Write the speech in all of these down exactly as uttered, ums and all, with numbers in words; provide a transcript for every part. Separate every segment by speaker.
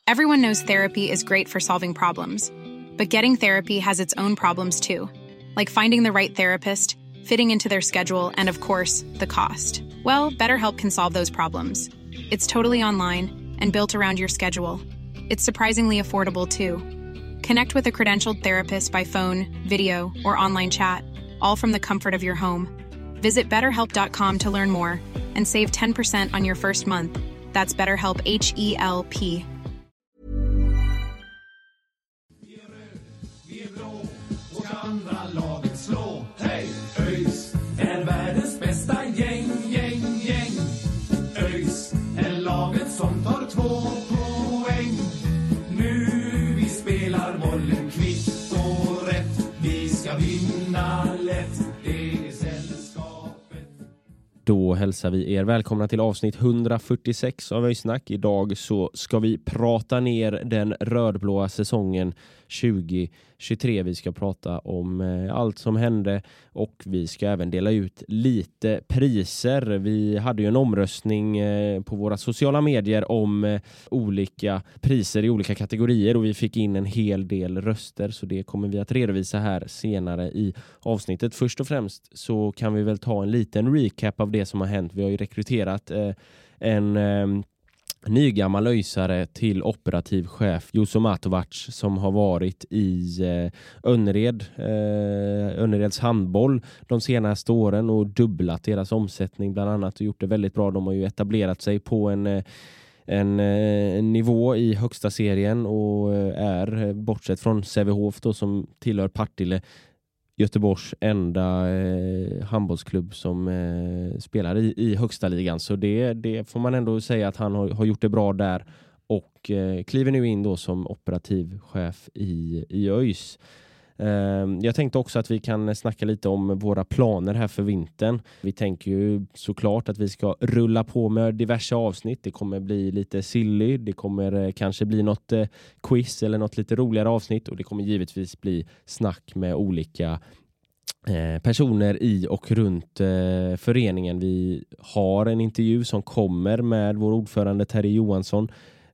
Speaker 1: Everyone knows therapy is great for solving problems, but getting therapy has its own problems too, like finding the right therapist, fitting into their schedule, and of course, the cost. Well, BetterHelp can solve those problems. It's totally online and built around your schedule. It's surprisingly affordable too. Connect with a credentialed therapist by phone, video, or online chat, all from the comfort of your home. Visit better help dot com to learn more and save ten percent on your first month. That's BetterHelp, H E L P.
Speaker 2: Andra laget slå, hej! ÖIS är världens bästa gäng, gäng, gäng. ÖIS är laget som tar två poäng. Nu vi spelar bollen kvitt och rätt. Vi ska vinna lätt, det är sällskapet.
Speaker 3: Då hälsar vi er välkomna till avsnitt hundrafyrtiosex av ÖIS-snack. Idag så ska vi prata ner den rödblåa säsongen tjugo tjugotre. Vi ska prata om eh, allt som hände och vi ska även dela ut lite priser. Vi hade ju en omröstning eh, på våra sociala medier om eh, olika priser i olika kategorier och vi fick in en hel del röster, så det kommer vi att redovisa här senare i avsnittet. Först och främst så kan vi väl ta en liten recap av det som har hänt. Vi har ju rekryterat eh, en eh, nygammal ÖISare till operativ chef, Juso Matovac, som har varit i eh, Önnered, eh, Önnereds handboll de senaste åren och dubblat deras omsättning bland annat och gjort det väldigt bra. De har ju etablerat sig på en, eh, en, eh, en nivå i högsta serien och eh, är, bortsett från Sävehof då, som tillhör Partille, Göteborgs enda eh, handbollsklubb som eh, spelar i, i högsta ligan. Så det, det får man ändå säga att han har, har gjort det bra där och eh, kliver nu in då som operativ chef i, i ÖIS. Eh, jag tänkte också att vi kan snacka lite om våra planer här för vintern. Vi tänker ju såklart att vi ska rulla på med diverse avsnitt. Det kommer bli lite silly, det kommer eh, kanske bli något eh, quiz eller något lite roligare avsnitt och det kommer givetvis bli snack med olika eh, personer i och runt eh, föreningen. Vi har en intervju som kommer med vår ordförande Terry Johansson.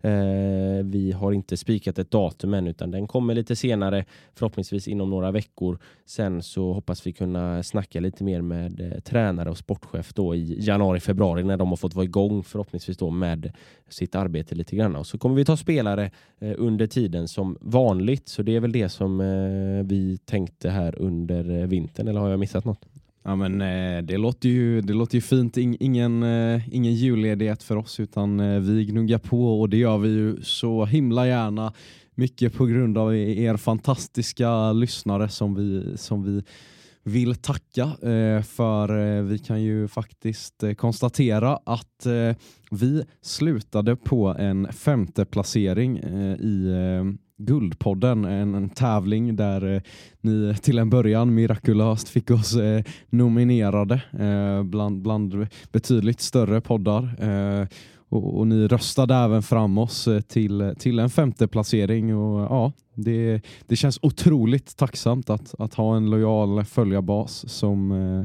Speaker 3: Eh, vi har inte spikat ett datum än utan den kommer lite senare, förhoppningsvis inom några veckor. Sen så hoppas vi kunna snacka lite mer med eh, tränare och sportchef då i januari, februari när de har fått vara igång förhoppningsvis då med sitt arbete lite grann. Och så kommer vi ta spelare eh, under tiden som vanligt, så det är väl det som eh, vi tänkte här under eh, vintern, eller har jag missat något?
Speaker 4: Ja, men eh, det låter ju det låter ju fint. In, ingen eh, ingen julledighet för oss, utan eh, vi gnuggar på och det gör vi ju så himla gärna. Mycket på grund av er fantastiska lyssnare som vi som vi vill tacka eh, för. Eh, vi kan ju faktiskt eh, konstatera att eh, vi slutade på en femte placering eh, i eh, Guldpodden, en, en tävling där eh, ni till en början mirakulöst fick oss eh, nominerade eh, bland, bland betydligt större poddar eh, och, och ni röstade även fram oss eh, till, till en femte placering och ja, det, det känns otroligt tacksamt att, att ha en lojal följarbas som eh,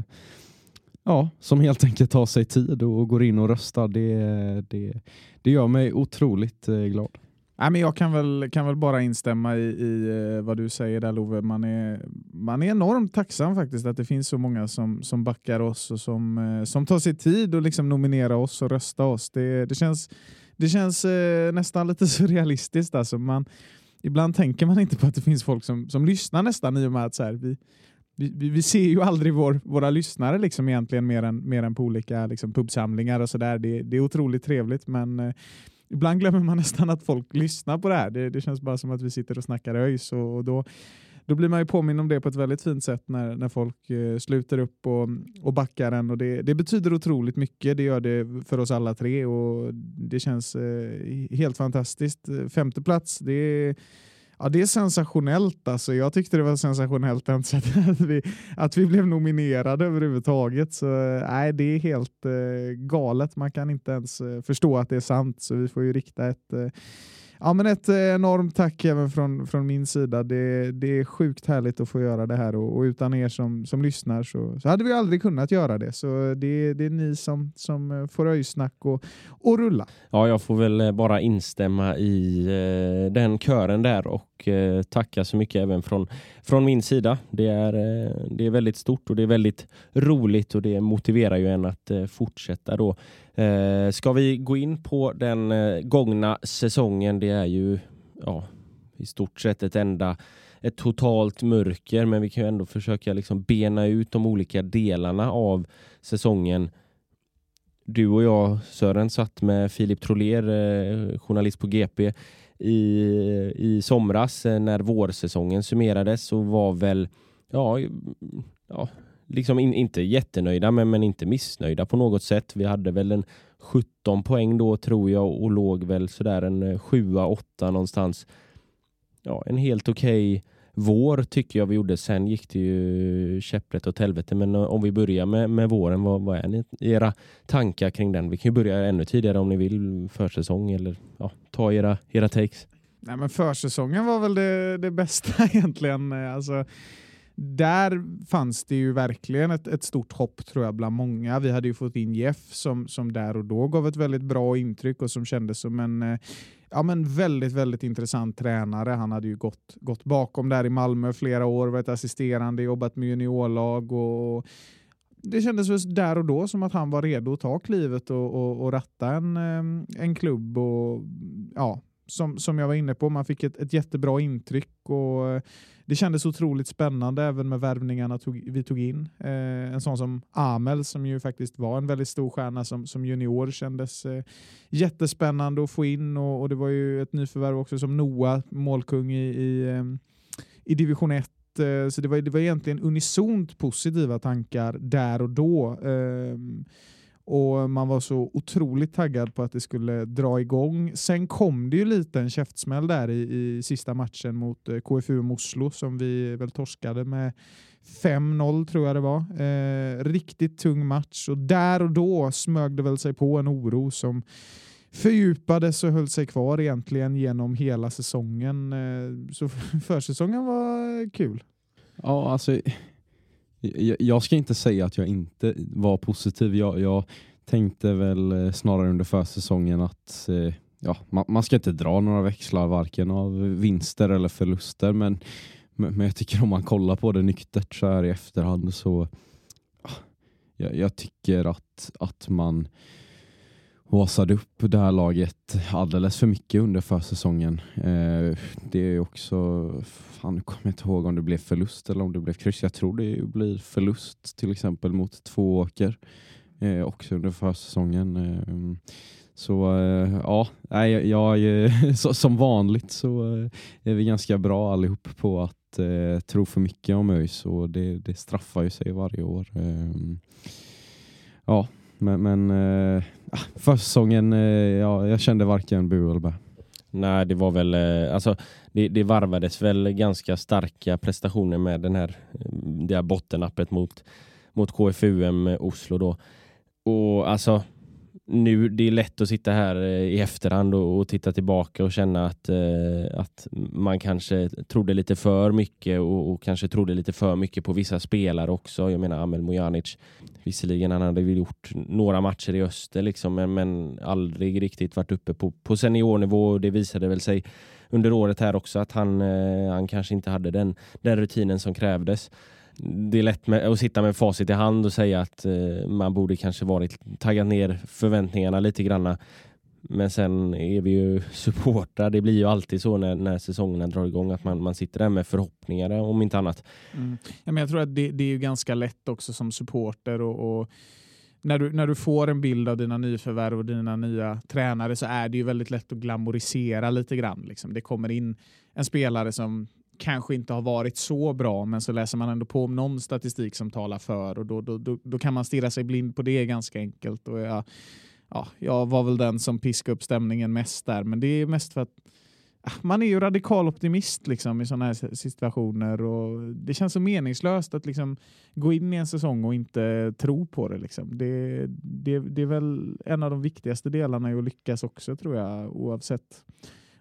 Speaker 4: ja, som helt enkelt tar sig tid och går in och röstar. Det, det, det gör mig otroligt eh, glad.
Speaker 5: Nej, men jag kan väl, kan väl bara instämma i, i vad du säger där, Love. Man är, man är enormt tacksam faktiskt att det finns så många som, som backar oss och som, som tar sig tid och liksom nominera oss och rösta oss. Det, det känns, det känns eh, nästan lite surrealistiskt. Alltså man, ibland tänker man inte på att det finns folk som, som lyssnar nästan, i och med att så här, vi, vi, vi ser ju aldrig vår, våra lyssnare liksom egentligen mer än, mer än på olika liksom pubsamlingar och sådär. Det, det är otroligt trevligt, men eh, ibland glömmer man nästan att folk lyssnar på det här. Det, det känns bara som att vi sitter och snackar ÖIS. Och, och då, då blir man ju påminn om det på ett väldigt fint sätt när, när folk eh, sluter upp och, och backar en. Och det, det betyder otroligt mycket. Det gör det för oss alla tre. Och det känns eh, helt fantastiskt. Femte plats, det är... Ja, det är sensationellt. Alltså, jag tyckte det var sensationellt att vi, att vi blev nominerade överhuvudtaget. Så nej, det är helt eh, galet. Man kan inte ens eh, förstå att det är sant. Så vi får ju rikta ett, eh, Ja, men ett enormt tack även från, från min sida. Det, det är sjukt härligt att få göra det här och, och utan er som, som lyssnar så, så hade vi aldrig kunnat göra det. Så det, det är ni som, som får öjsnack och, och rulla.
Speaker 3: Ja, jag får väl bara instämma i eh, den kören där och eh, tacka så mycket även från, från min sida. Det är, eh, det är väldigt stort och det är väldigt roligt och det motiverar ju en att eh, fortsätta då. Eh, ska vi gå in på den eh, gångna säsongen? Det är ju ja, i stort sett ett enda ett totalt mörker, men vi kan ju ändå försöka liksom bena ut de olika delarna av säsongen. Du och jag, Sören, satt med Filip Troller, eh, journalist på G P, i, i somras eh, när vårsäsongen summerades och var väl ja, ja liksom in, inte jättenöjda men, men inte missnöjda på något sätt. Vi hade väl en sjutton poäng då tror jag och låg väl sådär en sju åtta någonstans. Ja, en helt okej okay vår tycker jag vi gjorde. Sen gick det ju käpprätt åt helvete. Men om vi börjar med, med våren, vad, vad är ni, era tankar kring den? Vi kan ju börja ännu tidigare om ni vill, försäsong eller ja, ta era, era takes.
Speaker 5: Nej, men försäsongen var väl det, det bästa egentligen. Alltså, där fanns det ju verkligen ett, ett stort hopp tror jag bland många. Vi hade ju fått in Jeff som, som där och då gav ett väldigt bra intryck och som kändes som en ja, men väldigt, väldigt intressant tränare. Han hade ju gått, gått bakom där i Malmö flera år, varit assisterande, jobbat med juniorlag och det kändes väl där och då som att han var redo att ta klivet och, och, och ratta en, en klubb och ja, som, som jag var inne på, man fick ett, ett jättebra intryck och det kändes otroligt spännande även med värvningarna tog, vi tog in. Eh, en sån som Amel som ju faktiskt var en väldigt stor stjärna som, som junior kändes eh, jättespännande att få in och, och det var ju ett nyförvärv också som Noah, målkung i, i, eh, i division ett. Eh, så det var, det var egentligen unisont positiva tankar där och då. Eh, Och man var så otroligt taggad på att det skulle dra igång. Sen kom det ju lite en käftsmäll där i, i sista matchen mot eh, K F U Oslo som vi väl torskade med fem noll tror jag det var. Eh, riktigt tung match och där och då smög det väl sig på en oro som fördjupades och höll sig kvar egentligen genom hela säsongen. Eh, så försäsongen var kul.
Speaker 4: Ja, alltså... Jag ska inte säga att jag inte var positiv. Jag, jag tänkte väl snarare under försäsongen att ja, man, man ska inte dra några växlar varken av vinster eller förluster. Men, men jag tycker om man kollar på det nyktert så här i efterhand så ja, jag tycker att, att man håsade upp det här laget alldeles för mycket under försäsongen. Eh, det är också, fan nu kommer jag inte ihåg om det blev förlust eller om det blev kryss. Jag tror det blir förlust till exempel mot två åker eh, också under försäsongen. Eh, så eh, ja, nej, jag, så, som vanligt så är vi ganska bra allihop på att eh, tro för mycket om ÖIS och det, det straffar ju sig varje år. Eh, ja, Men, men äh, försäsongen, äh, ja, jag kände varken bu eller bä.
Speaker 3: Nej, det var väl, äh, alltså det, det varvades väl ganska starka prestationer med den här, det här bottenappet mot, mot K F U M Oslo då. Och alltså, nu det är lätt att sitta här i efterhand och, och titta tillbaka och känna att, eh, att man kanske trodde lite för mycket och, och kanske trodde lite för mycket på vissa spelare också. Jag menar Amel Mojanic, visserligen han hade väl gjort några matcher i öster liksom, men, men aldrig riktigt varit uppe på, på seniornivå och det visade väl sig under året här också att han, eh, han kanske inte hade den, den rutinen som krävdes. Det är lätt med, att sitta med facit i hand och säga att eh, man borde kanske varit taggat ner förväntningarna lite granna. Men sen är vi ju supportrar. Det blir ju alltid så när, när säsongerna drar igång att man, man sitter där med förhoppningar om inte annat.
Speaker 5: Mm. Ja, men jag tror att det, det är ju ganska lätt också som supporter och, och när, du, när du får en bild av dina nyförvärv och dina nya tränare så är det ju väldigt lätt att glamorisera lite grann. Liksom. Det kommer in en spelare som kanske inte har varit så bra men så läser man ändå på om någon statistik som talar för och då, då, då, då kan man stirra sig blind på det ganska enkelt och jag, ja, jag var väl den som piskade upp stämningen mest där men det är mest för att man är ju radikal optimist liksom, i sådana här situationer och det känns så meningslöst att liksom, gå in i en säsong och inte tro på det. Liksom. Det, det, det är väl en av de viktigaste delarna i att lyckas också tror jag oavsett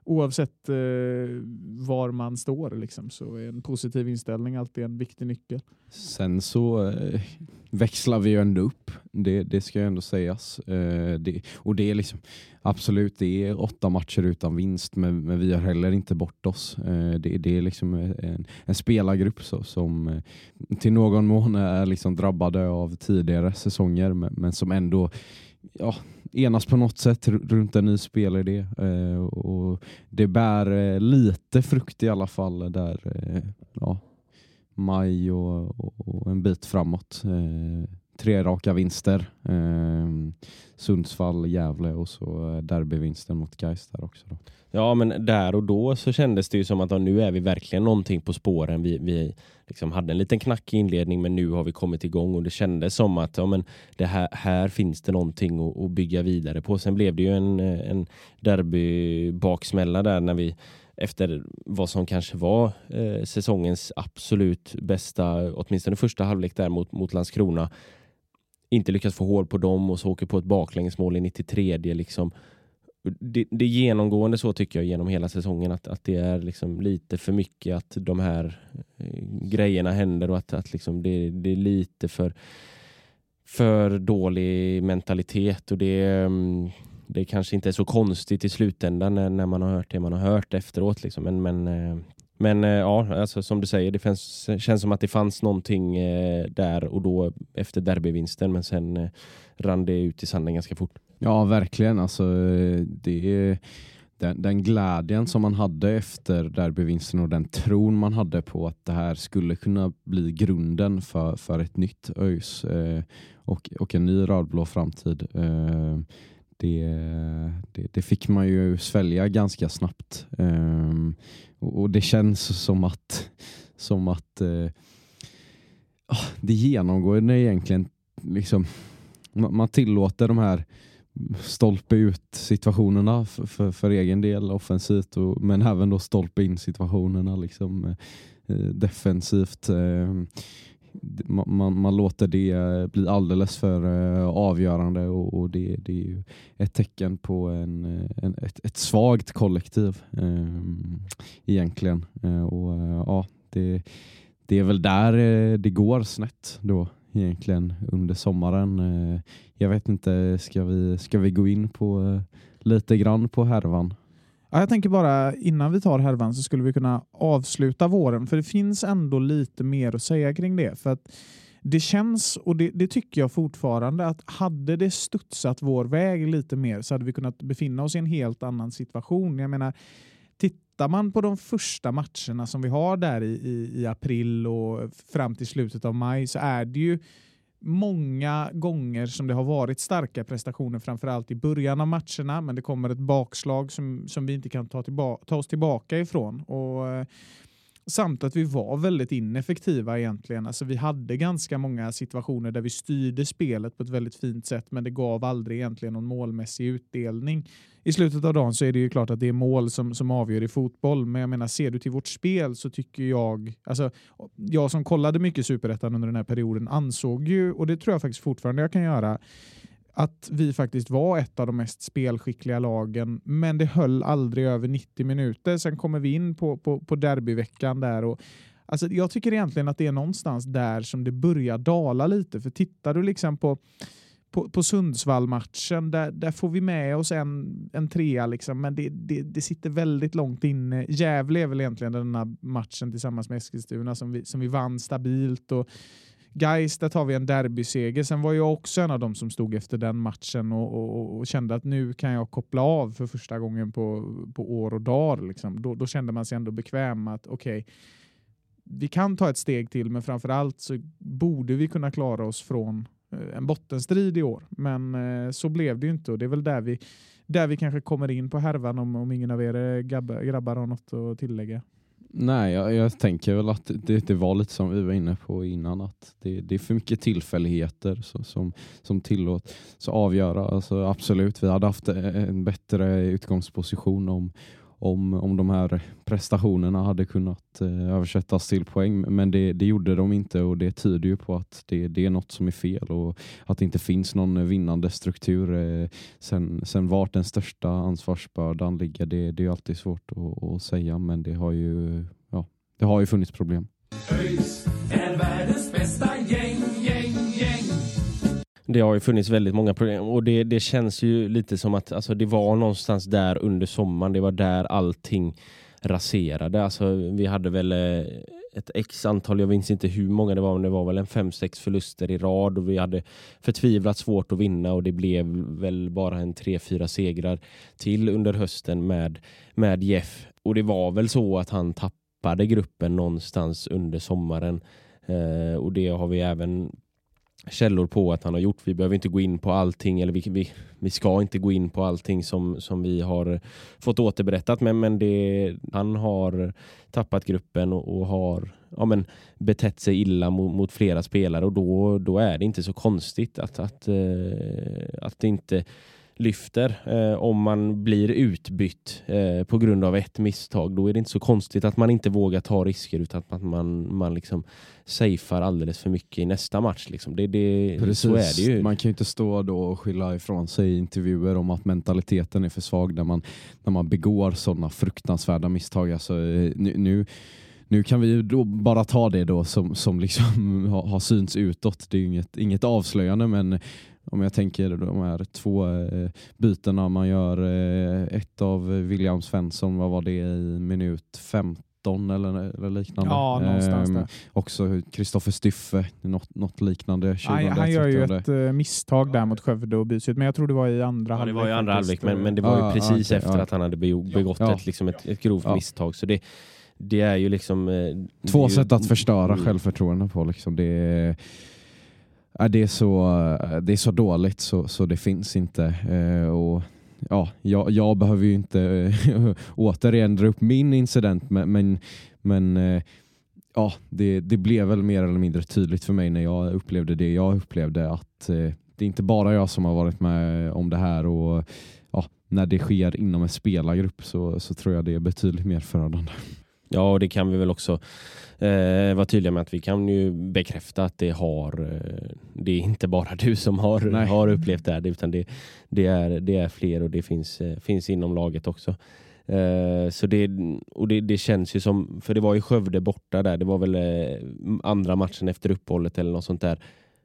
Speaker 5: oavsett eh, var man står liksom, så är en positiv inställning alltid en viktig nyckel.
Speaker 4: Sen så eh, växlar vi ju ändå upp. Det, det ska ju ändå sägas. Eh, det, och det är liksom, absolut, det är åtta matcher utan vinst, men, men vi har heller inte bort oss. Eh, det, det är liksom en, en spelargrupp så, som eh, till någon mån är liksom drabbade av tidigare säsonger, men, men som ändå ja, enas på något sätt runt en ny spelidé. Eh, och det bär eh, lite frukt i alla fall där eh, ja, maj och, och, och en bit framåt. Eh, tre raka vinster. Eh, Sundsvall, Gävle och så derbyvinsten mot Gais där också då.
Speaker 3: Ja, men där och då så kändes det ju som att ja, nu är vi verkligen någonting på spåren. Vi, vi liksom hade en liten knackig inledning, men nu har vi kommit igång och det kändes som att ja, men det här, här finns det någonting att, att bygga vidare på. Sen blev det ju en, en derbybaksmälla där när vi efter vad som kanske var eh, säsongens absolut bästa, åtminstone första halvlek där mot, mot Landskrona, inte lyckas få hål på dem och så åker på ett baklängesmål i nittiotredje liksom. Det, det är genomgående så tycker jag genom hela säsongen att, att det är liksom lite för mycket att de här eh, grejerna händer och att, att liksom det, det är lite för för dålig mentalitet och det, mm, det kanske inte är så konstigt i slutändan när, när man har hört det man har hört efteråt liksom. men, men, eh, men eh, ja, alltså, som du säger, det fanns, känns som att det fanns någonting eh, där och då efter derbyvinsten, men sen eh, rann det ut i sanden ganska fort.
Speaker 4: Ja, verkligen. Alltså, det är den, den glädjen som man hade efter derbyvinsten och den tron man hade på att det här skulle kunna bli grunden för, för ett nytt ÖIS eh, och, och en ny rödblå framtid. Eh, det, det, det fick man ju svälja ganska snabbt. Eh, och, och det känns som att, som att eh, det genomgår när egentligen liksom, man, man tillåter de här stolpe ut situationerna för, för, för egen del offensivt och, men även då stolpe in situationerna liksom eh, defensivt. Eh, man, man, man låter det bli alldeles för eh, avgörande och, och det, det är ju ett tecken på en, en, ett, ett svagt kollektiv eh, egentligen. Eh, och eh, ja, det, det är väl där eh, det går snett då. Egentligen under sommaren. Jag vet inte, ska vi, ska vi gå in på lite grann på härvan?
Speaker 5: Ja, jag tänker bara innan vi tar härvan så skulle vi kunna avsluta våren, för det finns ändå lite mer att säga kring det. För att det känns, och det, det tycker jag fortfarande, att hade det studsat vår väg lite mer så hade vi kunnat befinna oss i en helt annan situation. Jag menar, tittar man på de första matcherna som vi har där i, i, i april och fram till slutet av maj, så är det ju många gånger som det har varit starka prestationer, framförallt i början av matcherna, men det kommer ett bakslag som, som vi inte kan ta, tillba- ta oss tillbaka ifrån. Och eh, samt att vi var väldigt ineffektiva egentligen. Alltså vi hade ganska många situationer där vi styrde spelet på ett väldigt fint sätt, men det gav aldrig egentligen någon målmässig utdelning. I slutet av dagen så är det ju klart att det är mål som, som avgör i fotboll, men jag menar, ser du till vårt spel så tycker jag, alltså jag som kollade mycket Superettan under den här perioden ansåg ju, och det tror jag faktiskt fortfarande jag kan göra, att vi faktiskt var ett av de mest spelskickliga lagen, men det höll aldrig över nittio minuter. Sen kommer vi in på, på, på derbyveckan där och alltså, jag tycker egentligen att det är någonstans där som det börjar dala lite, för tittar du liksom på På, på Sundsvall-matchen, där, där får vi med oss en, en trea liksom, men det, det, det sitter väldigt långt inne. Gävle är väl egentligen den här matchen tillsammans med Eskilstuna som vi, som vi vann stabilt, och Gais, där tar vi en derbyseger. Sen var jag också en av dem som stod efter den matchen och, och, och kände att nu kan jag koppla av för första gången på, på år och dagar. Liksom. Då, då kände man sig ändå bekväm att okej, okay, vi kan ta ett steg till, men framförallt så borde vi kunna klara oss från en bottenstrid i år. Men eh, så blev det ju inte, och det är väl där vi, där vi kanske kommer in på härvan om, om ingen av er grabbar, grabbar har något att tillägga.
Speaker 4: Nej, jag, jag tänker väl att det, det var lite som vi var inne på innan, att det, det är för mycket tillfälligheter så, som, som tillåts så avgöra. Alltså, absolut, vi hade haft en bättre utgångsposition om, om, om de här prestationerna hade kunnat eh, översättas till poäng. Men det, det gjorde de inte, och det tyder ju på att det, det är något som är fel och att det inte finns någon vinnande struktur. Eh, sen, sen vart den största ansvarsbördan ligger, det, det är alltid svårt att, att säga, men det har ju, ja, det har ju funnits problem.
Speaker 2: ÖIS är världens bästa gäng, gäng, gäng.
Speaker 3: Det har ju funnits väldigt många problem, och det, det känns ju lite som att alltså, det var någonstans där under sommaren, det var där allting raserade. Alltså, vi hade väl ett x antal, jag minns inte hur många det var, men det var väl en fem sex förluster i rad, och vi hade förtvivlat svårt att vinna, och det blev väl bara en tre fyra segrar till under hösten med, med Jeff. Och det var väl så att han tappade gruppen någonstans under sommaren, eh, och det har vi även källor på att han har gjort. Vi behöver inte gå in på allting, eller vi, vi, vi ska inte gå in på allting som, som vi har fått återberättat, men, men det, han har tappat gruppen och, och har ja, men, betett sig illa mot, mot flera spelare, och då, då är det inte så konstigt att, att, eh, att det inte lyfter. Eh, om man blir utbytt eh, på grund av ett misstag, då är det inte så konstigt att man inte vågar ta risker, utan att man, man liksom safear alldeles för mycket i nästa match. Liksom. Det, det,
Speaker 4: Precis.
Speaker 3: Så är det ju.
Speaker 4: Man kan ju inte stå då och skylla ifrån sig i intervjuer om att mentaliteten är för svag när man, när man begår sådana fruktansvärda misstag. Alltså, nu, nu Nu kan vi ju då bara ta det då som, som liksom har, har synts utåt. Det är ju inget, inget avslöjande, men om jag tänker de här två eh, bytena man gör, eh, ett av William Svensson, vad var det i minut femton eller, eller liknande?
Speaker 5: Ja, någonstans där.
Speaker 4: Eh, också Kristoffer Styffe, något, något liknande.
Speaker 5: Nej, han gör ju ett uh, misstag där mot Skövde och byts ut, men jag tror det var i andra
Speaker 3: ja,
Speaker 5: halvlek.
Speaker 3: Det var i andra halvlek, men, men det var ju
Speaker 4: ah,
Speaker 3: precis
Speaker 4: okay,
Speaker 3: efter
Speaker 4: ja.
Speaker 3: att han hade begått
Speaker 4: ja.
Speaker 3: ett, liksom ett, ett grovt
Speaker 4: ja.
Speaker 3: misstag. Så det, det är ju liksom... Eh,
Speaker 4: Två
Speaker 3: ju,
Speaker 4: sätt att förstöra
Speaker 3: mm.
Speaker 4: självförtroende på. Liksom. Det är... Ja, det, är så, det är så dåligt så, så det finns inte. Eh, och ja, jag, jag behöver ju inte äh, återigen dra upp min incident, men, men, men äh, ja, det, det blev väl mer eller mindre tydligt för mig när jag upplevde det jag upplevde, att äh, det är inte bara jag som har varit med om det här, och ja, när det sker inom en spelargrupp så, så tror jag det är betydligt mer förödande.
Speaker 3: Ja, och det kan vi väl också eh, vara tydliga med, att vi kan ju bekräfta att det har eh, det är inte bara du som har, har upplevt det här, utan det, det, är, det är fler, och det finns, eh, finns inom laget också. Eh, så det, och det, det känns ju som, för det var ju Skövde borta där, det var väl eh, andra matchen efter uppehållet eller något sånt där,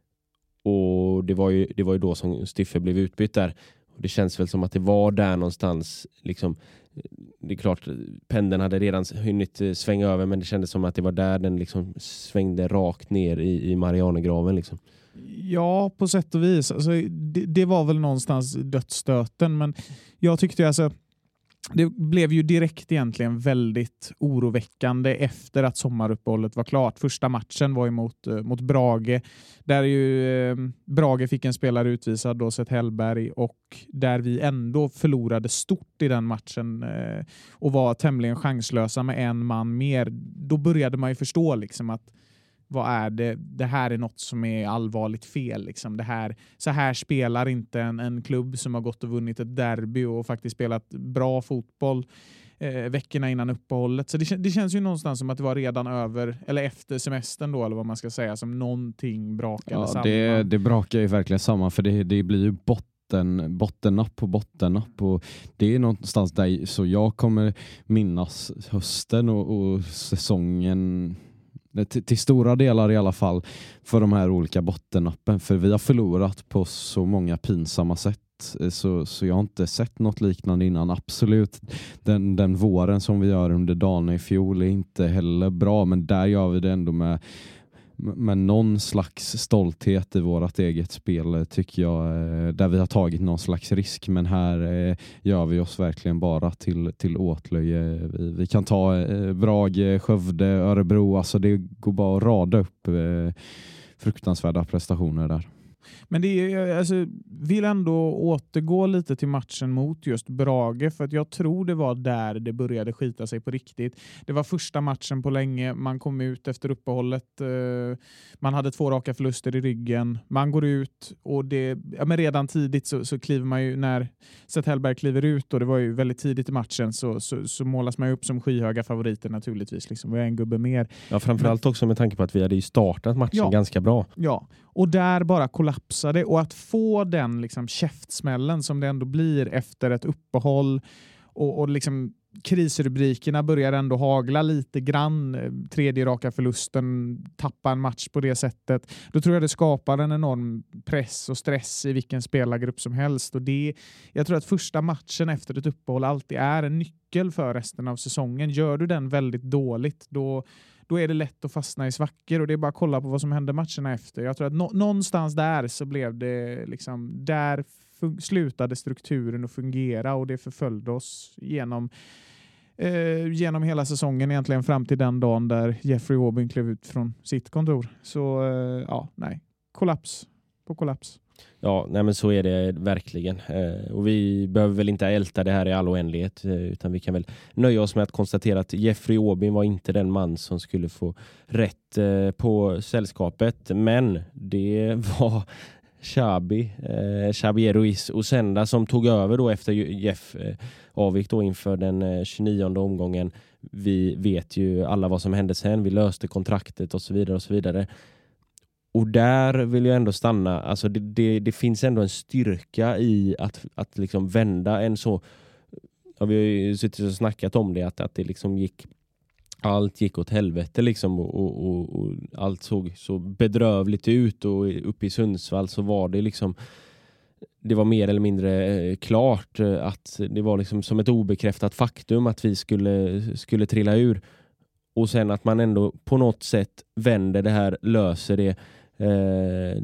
Speaker 3: och det var ju, det var ju då som Styffe blev utbytt där. Det känns väl som att det var där någonstans, liksom, det är klart pendeln hade redan hunnit svänga över, men det kändes som att det var där den liksom svängde rakt ner i, i Marianergraven liksom.
Speaker 5: Ja, på sätt och vis. Alltså, det, det var väl någonstans dödsstöten, men jag tyckte alltså det blev ju direkt egentligen väldigt oroväckande efter att sommaruppehållet var klart. Första matchen var emot mot Brage, där ju eh, Brage fick en spelare utvisad, då Seth Hellberg, och där vi ändå förlorade stort i den matchen eh, och var tämligen chanslösa med en man mer. Då började man ju förstå liksom att vad är det? Det här är något som är allvarligt fel. Liksom. Det här, så här spelar inte en, en klubb som har gått och vunnit ett derby och faktiskt spelat bra fotboll eh, veckorna innan uppehållet. Så det, det känns ju någonstans som att det var redan över, eller efter semestern då, eller vad man ska säga, som någonting brakade
Speaker 4: ja,
Speaker 5: samman.
Speaker 4: Det, det brakar ju verkligen samman, för det, det blir ju botten, bottennapp på bottennapp, och det är någonstans där så jag kommer minnas hösten och, och säsongen Till, till stora delar i alla fall, för de här olika bottennappen, för vi har förlorat på så många pinsamma sätt, så, så jag har inte sett något liknande innan. Absolut, den, den våren som vi gör under dagen i fjol är inte heller bra, men där gör vi det ändå med med någon slags stolthet i vårt eget spel, tycker jag, där vi har tagit någon slags risk, men här eh, gör vi oss verkligen bara till, till åtlöje. Vi, vi kan ta eh, Brage, Skövde, Örebro, alltså det går bara att rada upp eh, fruktansvärda prestationer där.
Speaker 5: men det är, alltså, vill ändå återgå lite till matchen mot just Brage, för att jag tror det var där det började skita sig på riktigt. Det var första matchen på länge, man kom ut efter uppehållet, eh, man hade två raka förluster i ryggen, man går ut och det, ja, men redan tidigt så, så kliver man ju, när Seth Hellberg kliver ut, och det var ju väldigt tidigt i matchen, så, så, så målas man ju upp som skyhöga favoriter naturligtvis, liksom. Vi är en gubbe mer.
Speaker 3: Ja, framförallt också med tanke på att vi hade ju startat matchen ja. ganska bra.
Speaker 5: Ja, och där bara kollapsade, och att få den liksom käftsmällen som det ändå blir efter ett uppehåll, och, och liksom krisrubrikerna börjar ändå hagla lite grann, tredje raka förlusten, tappa en match på det sättet, då tror jag det skapar en enorm press och stress i vilken spelargrupp som helst, och det, jag tror att första matchen efter ett uppehåll alltid är en nyckel för resten av säsongen. Gör du den väldigt dåligt, då då är det lätt att fastna i svackor, och det är bara att kolla på vad som hände matcherna efter. Jag tror att no- någonstans där så blev det liksom, där fun- slutade strukturen att fungera, och det förföljde oss genom eh, genom hela säsongen, egentligen fram till den dagen där Jeffrey Aubin klev ut från sitt kontor. Så eh, ja, nej. Kollaps på kollaps.
Speaker 3: Ja, nej men så är det verkligen. Eh, och vi behöver väl inte älta det här i all oändlighet, eh, utan vi kan väl nöja oss med att konstatera att Jeffrey Aubin var inte den man som skulle få rätt eh, på sällskapet. Men det var Xabi, eh, Xabi Ruiz Osenda som tog över då efter Jeff eh, avgick då inför den eh, tjugonionde omgången. Vi vet ju alla vad som hände sen. Vi löste kontraktet och så vidare och så vidare. Och där vill jag ändå stanna. Alltså det, det, det finns ändå en styrka i att, att liksom vända en så... Ja, vi har ju suttit och snackat om det. Att, att det liksom gick... Allt gick åt helvete liksom. Och, och, och, och allt såg så bedrövligt ut. Och uppe i Sundsvall så var det liksom... Det var mer eller mindre eh, klart att det var liksom som ett obekräftat faktum att vi skulle, skulle trilla ur. Och sen att man ändå på något sätt vänder det här, löser det. Eh,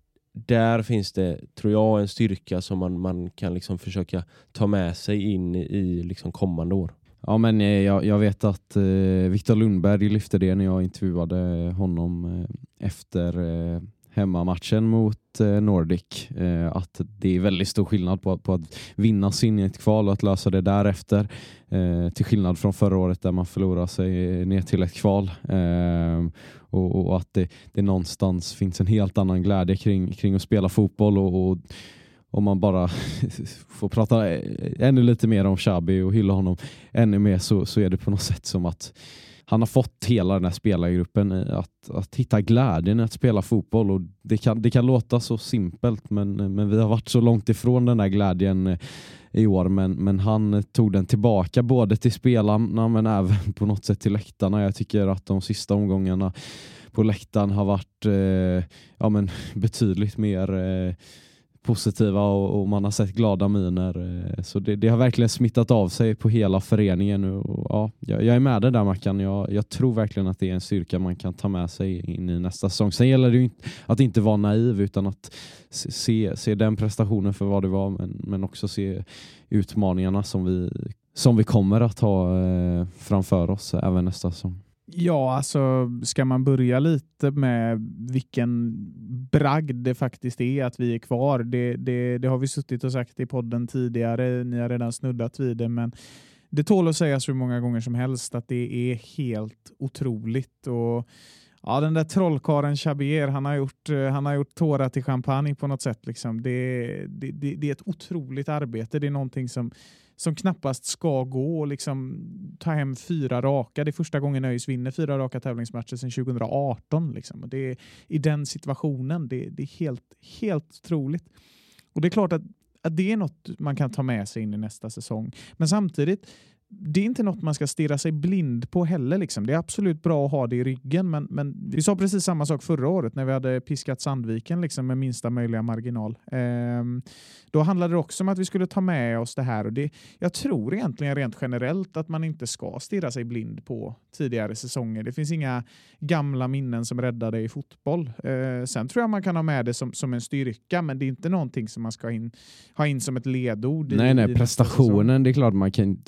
Speaker 3: där finns det, tror jag, en styrka som man, man kan liksom försöka ta med sig in i liksom kommande år.
Speaker 4: Ja, men jag, jag vet att eh, Viktor Lundberg lyfte det när jag intervjuade honom eh, efter eh, hemmamatchen mot eh, Nordic. Eh, att det är väldigt stor skillnad på, på att vinna sin i ett kval och att lösa det därefter. Eh, till skillnad från förra året där man förlorar sig ner till ett kval. Eh, och, och att det, det någonstans finns en helt annan glädje kring, kring att spela fotboll. Och, och om man bara får prata ännu lite mer om Xabi och hylla honom ännu mer, så, så är det på något sätt som att han har fått hela den här spelargruppen att, att hitta glädjen i att spela fotboll. Och det kan, det kan låta så simpelt, men, men vi har varit så långt ifrån den här glädjen i år. Men, men han tog den tillbaka både till spelarna men även på något sätt till läktarna. Jag tycker att de sista omgångarna på läktaren har varit eh, ja, men betydligt mer... Eh, positiva och, och man har sett glada miner. Så det, det har verkligen smittat av sig på hela föreningen. Och, ja, jag, jag är med det där, Mackan. Jag, jag tror verkligen att det är en styrka man kan ta med sig in i nästa säsong. Sen gäller det ju inte, att inte vara naiv, utan att se, se den prestationen för vad det var, men, men också se utmaningarna som vi, som vi kommer att ha eh, framför oss även nästa säsong.
Speaker 5: Ja, alltså ska man börja lite med vilken bragd det faktiskt är att vi är kvar. Det, det, det har vi suttit och sagt i podden tidigare. Ni har redan snuddat vid det, men det tål att säga så många gånger som helst att det är helt otroligt. Och ja, den där trollkaren Xabier, han har gjort, han har gjort tårar till champagne på något sätt. Liksom. Det, det, det, det är ett otroligt arbete. Det är någonting som som knappast ska gå och liksom ta hem fyra raka. Det är första gången ÖIS vinner fyra raka tävlingsmatcher sedan tjugo arton. Liksom. Och det är, i den situationen, det, det är helt, helt otroligt. Och det är klart att, att det är något man kan ta med sig in i nästa säsong. Men samtidigt, det är inte något man ska stirra sig blind på heller. Liksom. Det är absolut bra att ha det i ryggen, men, men vi sa precis samma sak förra året när vi hade piskat Sandviken liksom, med minsta möjliga marginal. Ehm, då handlade det också om att vi skulle ta med oss det här. Och det, jag tror egentligen rent generellt att man inte ska stirra sig blind på tidigare säsonger. Det finns inga gamla minnen som räddade i fotboll. Ehm, sen tror jag man kan ha med det som, som en styrka, men det är inte någonting som man ska in, ha in som ett ledord.
Speaker 4: Nej,
Speaker 5: i,
Speaker 4: nej,
Speaker 5: i
Speaker 4: prestationen, det är klart man kan inte förlita sig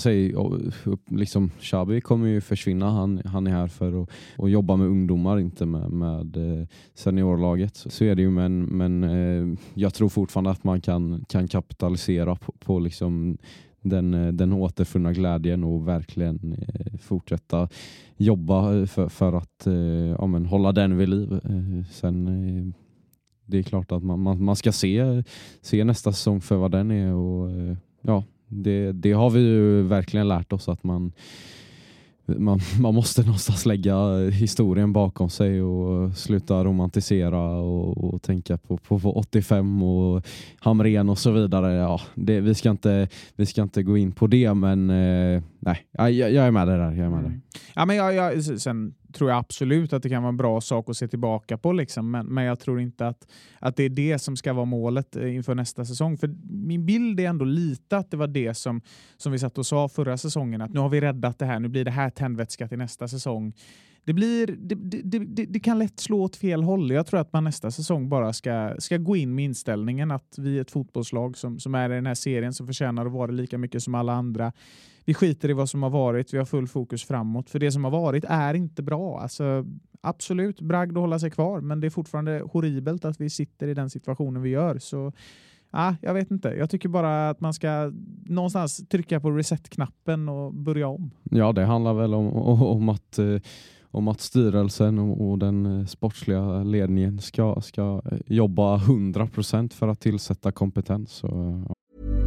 Speaker 4: sig, liksom Xabi kommer ju försvinna. Han, han är här för att, att jobba med ungdomar, inte med, med seniorlaget. Så, så är det ju, men, men eh, jag tror fortfarande att man kan, kan kapitalisera på, på liksom den, den återfunna glädjen och verkligen eh, fortsätta jobba för, för att eh, ja, men hålla den vid liv. Eh, sen eh, det är klart att man, man, man ska se, se nästa säsong för vad den är, och eh, ja, det, det har vi ju verkligen lärt oss, att man Man, man måste någonstans lägga historien bakom sig och sluta romantisera och, och tänka på, på, på åttiofem och Hamrén och så vidare. Ja, det, vi, ska inte, vi ska inte gå in på det, men eh, nej, jag, jag är med det där. Jag är med mm. där.
Speaker 5: Ja, men jag, jag, sen tror jag absolut att det kan vara en bra sak att se tillbaka på, liksom, men, men jag tror inte att, att det är det som ska vara målet inför nästa säsong. För min bild är ändå lite att det var det som, som vi satt och sa förra säsongen, att nu har vi räddat det här, nu blir det här tändvätska till nästa säsong. Det, blir, det, det, det, det kan lätt slå åt fel håll. Jag tror att man nästa säsong bara ska, ska gå in med inställningen att vi är ett fotbollslag som, som är i den här serien, som förtjänar att vara lika mycket som alla andra. Vi skiter i vad som har varit, vi har full fokus framåt. För det som har varit är inte bra. Alltså, absolut, bragd att hålla sig kvar, men det är fortfarande horribelt att vi sitter i den situationen vi gör. Så ah, jag vet inte. Jag tycker bara att man ska någonstans trycka på reset-knappen och börja om.
Speaker 4: Ja, det handlar väl om, om att... om att styrelsen och den sportsliga ledningen ska, ska jobba hundra procent för att tillsätta kompetens. Så, ja.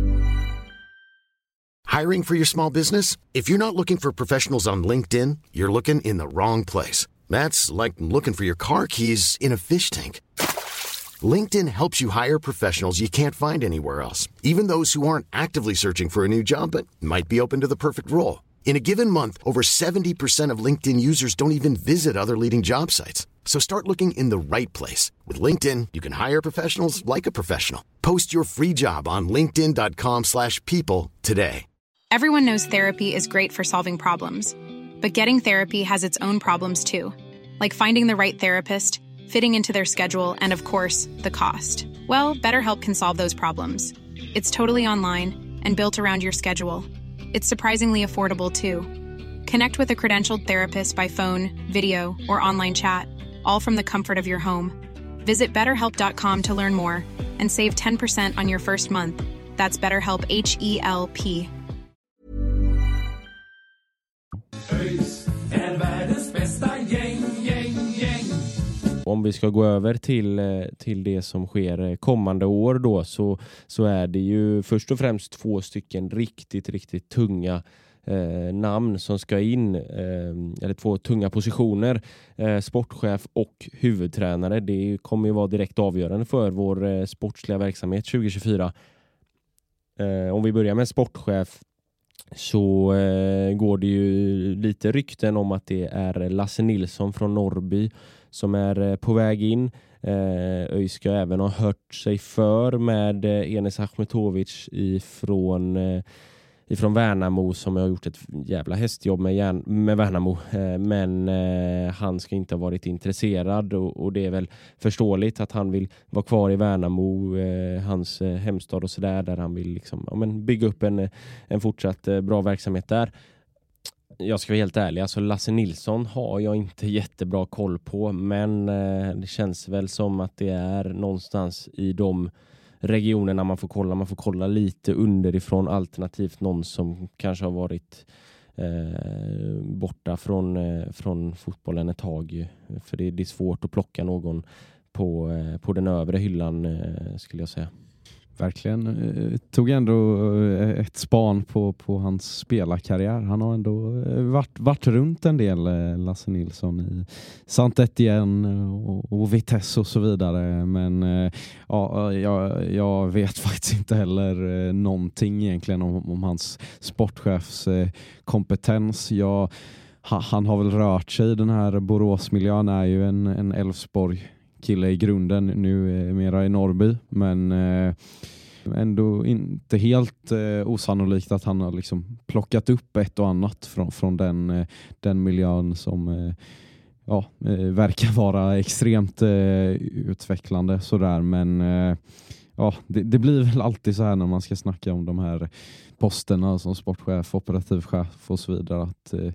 Speaker 6: Hiring for your small business? If you're not looking for professionals on LinkedIn, you're looking in the wrong place. That's like looking for your car keys in a fish tank. LinkedIn helps you hire professionals you can't find anywhere else, even those who aren't actively searching for a new job but might be open to the perfect role. In a given month, over seventy percent of LinkedIn users don't even visit other leading job sites. So start looking in the right place. With LinkedIn, you can hire professionals like a professional. Post your free job on linkedin dot com slash people today.
Speaker 1: Everyone knows therapy is great for solving problems. But getting therapy has its own problems too. Like finding the right therapist, fitting into their schedule, and of course, the cost. Well, BetterHelp can solve those problems. It's totally online and built around your schedule. It's surprisingly affordable, too. Connect with a credentialed therapist by phone, video, or online chat, all from the comfort of your home. Visit better help dot com to learn more and save ten percent on your first month. That's BetterHelp, H E L P.
Speaker 2: ÖIS är världens bästa gäng, gäng, gäng.
Speaker 3: Om vi ska gå över till, till det som sker kommande år då, så, så är det ju först och främst två stycken riktigt, riktigt tunga eh, namn som ska in, eh, eller två tunga positioner, eh, sportchef och huvudtränare. Det kommer ju vara direkt avgörande för vår eh, sportsliga verksamhet tjugo tjugofyra. Eh, om vi börjar med sportchef, så eh, går det ju lite rykten om att det är Lasse Nilsson från Norrby som är eh, på väg in. Eh, ÖIS ska även ha hört sig för med eh, Enes Achmetovic ifrån, eh, ifrån Värnamo, som har gjort ett jävla hästjobb med, järn, med Värnamo. Eh, men eh, han ska inte ha varit intresserad, och, och det är väl förståeligt att han vill vara kvar i Värnamo, eh, hans eh, hemstad och sådär, där han vill liksom, ja, men bygga upp en, en fortsatt eh, bra verksamhet där. Jag ska vara helt ärlig, alltså Lasse Nilsson har jag inte jättebra koll på, men eh, det känns väl som att det är någonstans i de regionerna man får kolla. Man får kolla lite underifrån, alternativt någon som kanske har varit eh, borta från, eh, från fotbollen ett tag. För det, det är svårt att plocka någon på, eh, på den övre hyllan, eh, skulle jag säga.
Speaker 4: Verkligen. Tog ändå ett span på, på hans spelarkarriär. Han har ändå varit, varit runt en del, Lasse Nilsson, i Saint-Étienne och, och Vitesse och så vidare. Men ja, jag, jag vet faktiskt inte heller någonting egentligen om, om hans sportchefs kompetens. Jag, han har väl rört sig i den här Boråsmiljön, är ju en, en Elfsborg kille i grunden, nu är mera i Norrby, men eh, ändå inte helt eh, osannolikt att han har liksom plockat upp ett och annat från, från den, eh, den miljön som eh, ja, eh, verkar vara extremt eh, utvecklande sådär, men eh, ja, det, det blir väl alltid så här när man ska snacka om de här posterna som sportchef, operativchef och så vidare, att eh,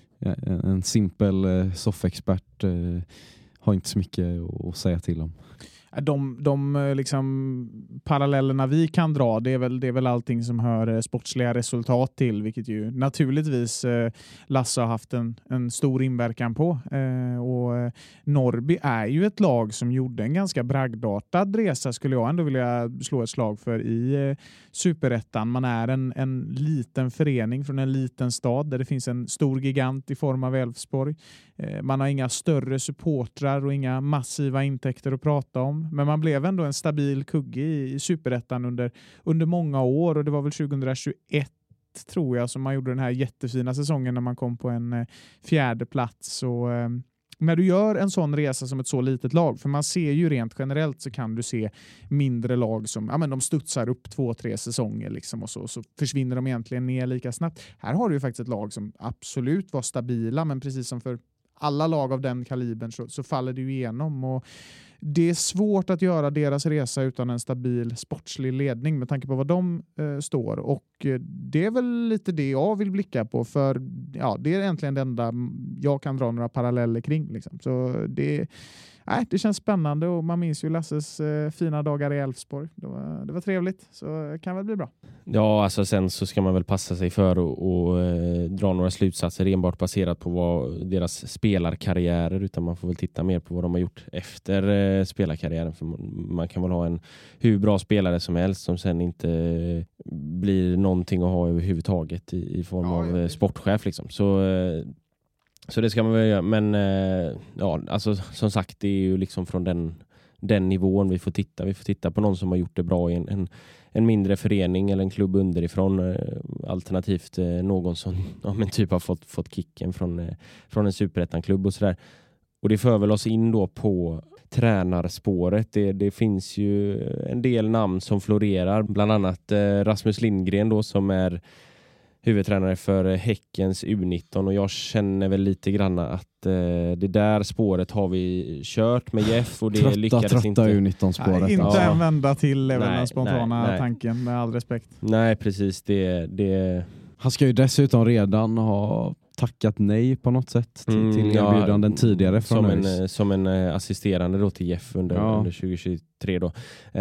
Speaker 4: en simpel eh, soffexpert eh, har inte så mycket att säga till om.
Speaker 5: De, de liksom, parallellerna vi kan dra, det är väl, det är väl allting som hör sportsliga resultat till, vilket ju naturligtvis eh, Lasse har haft en, en stor inverkan på. Eh, och eh, Norrby är ju ett lag som gjorde en ganska bragdartad resa, skulle jag ändå vilja slå ett slag för, i eh, Superettan. Man är en, en liten förening från en liten stad där det finns en stor gigant i form av Elfsborg. Eh, man har inga större supportrar och inga massiva intäkter att prata om. Men man blev ändå en stabil kugge i, i Superettan under, under många år, och det var väl tjugohundratjugoett tror jag som man gjorde den här jättefina säsongen när man kom på en eh, fjärde plats. Och, eh, när du gör en sån resa som ett så litet lag, för man ser ju rent generellt så kan du se mindre lag som ja, men de studsar upp två, tre säsonger liksom, och så, så försvinner de egentligen ner lika snabbt. Här har du ju faktiskt ett lag som absolut var stabila, men precis som för alla lag av den kalibern så, så faller det ju igenom, och det är svårt att göra deras resa utan en stabil sportslig ledning med tanke på vad de eh, står, och eh, det är väl lite det jag vill blicka på, för ja, det är egentligen det enda jag kan dra några paralleller kring liksom. Så det, nej, det känns spännande, och man minns ju Lasses eh, fina dagar i Elfsborg. Det var, det var trevligt, så det kan väl bli bra.
Speaker 3: Ja, alltså sen så ska man väl passa sig för och, och eh, dra några slutsatser enbart baserat på vad deras spelarkarriärer, utan man får väl titta mer på vad de har gjort efter eh, spelarkarriären. För man, man kan väl ha en hur bra spelare som helst som sen inte eh, blir någonting att ha överhuvudtaget i, i form
Speaker 5: ja,
Speaker 3: av
Speaker 5: ja.
Speaker 3: eh, sportchef liksom. Så eh, Så det ska man väl göra, men eh, ja, alltså som sagt, det är ju liksom från den, den nivån vi får titta. Vi får titta på någon som har gjort det bra i en, en, en mindre förening eller en klubb underifrån, eh, alternativt eh, någon som ja, men typ har fått, fått kicken från, eh, från en superettan-klubb och sådär. Och det för väl oss in då på tränarspåret. Det, det finns ju en del namn som florerar, bland annat eh, Rasmus Lindgren då, som är huvudtränare för Häckens U nitton, och jag känner väl lite grann att eh, det där spåret har vi kört med Jeff, och det
Speaker 4: trötta,
Speaker 3: lyckades
Speaker 4: trötta
Speaker 3: inte.
Speaker 4: U nitton-spåret.
Speaker 5: Nej, inte
Speaker 3: Ja.
Speaker 5: en vända till är väl
Speaker 3: Nej,
Speaker 5: den spontana
Speaker 3: nej, nej.
Speaker 5: tanken, med all respekt.
Speaker 3: Nej, precis. Det, det...
Speaker 4: Han ska ju dessutom redan ha tackat nej på något sätt till,
Speaker 3: Mm,
Speaker 4: till
Speaker 3: ja,
Speaker 4: erbjudanden tidigare från
Speaker 3: som
Speaker 4: ÖIS.
Speaker 3: en, som en eh, assisterande då till Jeff under,
Speaker 4: Ja.
Speaker 3: under tjugohundratjugotre då.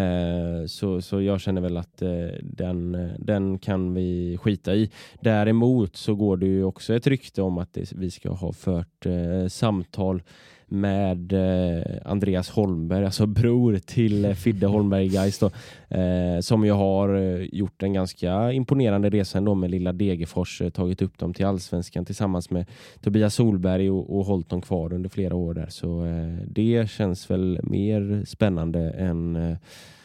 Speaker 3: Eh, så, så jag känner väl att eh, den, den kan vi skita i. Däremot så går det ju också ett rykte om att det, vi ska ha fört eh, samtal med eh, Andreas Holmberg, alltså bror till eh, Fidde Holmberg guys då, eh, som ju har eh, gjort en ganska imponerande resa ändå med lilla Degerfors, eh, tagit upp dem till Allsvenskan tillsammans med Tobias Solberg och, och hållit dem kvar under flera år där, så eh, det känns väl mer spännande än eh,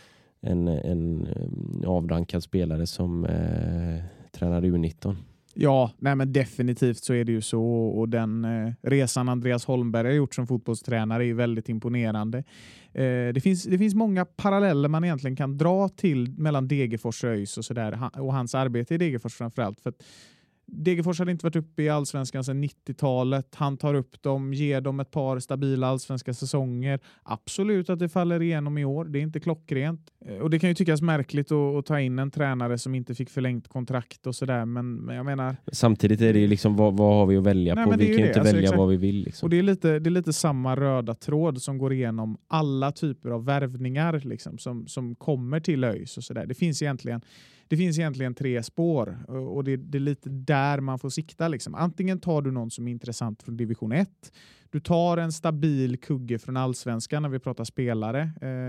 Speaker 3: en, en eh, avdankad spelare som eh, tränar U nitton.
Speaker 5: Ja, nej men definitivt så är det ju så, och den eh, resan Andreas Holmberg har gjort som fotbollstränare är ju väldigt imponerande. Eh, det finns, det finns många paralleller man egentligen kan dra till mellan Degerfors och ÖIS och sådär, och hans arbete i Degerfors framförallt, för att Degerfors hade inte varit uppe i Allsvenskan sedan nittiotalet. Han tar upp dem, ger dem ett par stabila allsvenska säsonger. Absolut att det faller igenom i år. Det är inte klockrent. Och det kan ju tyckas märkligt att, att ta in en tränare som inte fick förlängt kontrakt och sådär. Men, men jag menar...
Speaker 3: Samtidigt är det ju liksom, vad, vad har vi att välja
Speaker 5: Nej,
Speaker 3: på?
Speaker 5: men det
Speaker 3: Vi
Speaker 5: är
Speaker 3: kan
Speaker 5: ju
Speaker 3: ju inte
Speaker 5: det. Alltså,
Speaker 3: välja
Speaker 5: exakt.
Speaker 3: vad vi vill. Liksom.
Speaker 5: Och det är, lite, det är lite samma röda tråd som går igenom alla typer av värvningar liksom, som, som kommer till ÖIS och sådär. Det finns egentligen Det finns egentligen tre spår, och det, det är lite där man får sikta. Liksom. Antingen tar du någon som är intressant från division ett. Du tar en stabil kugge från Allsvenskan när vi pratar spelare.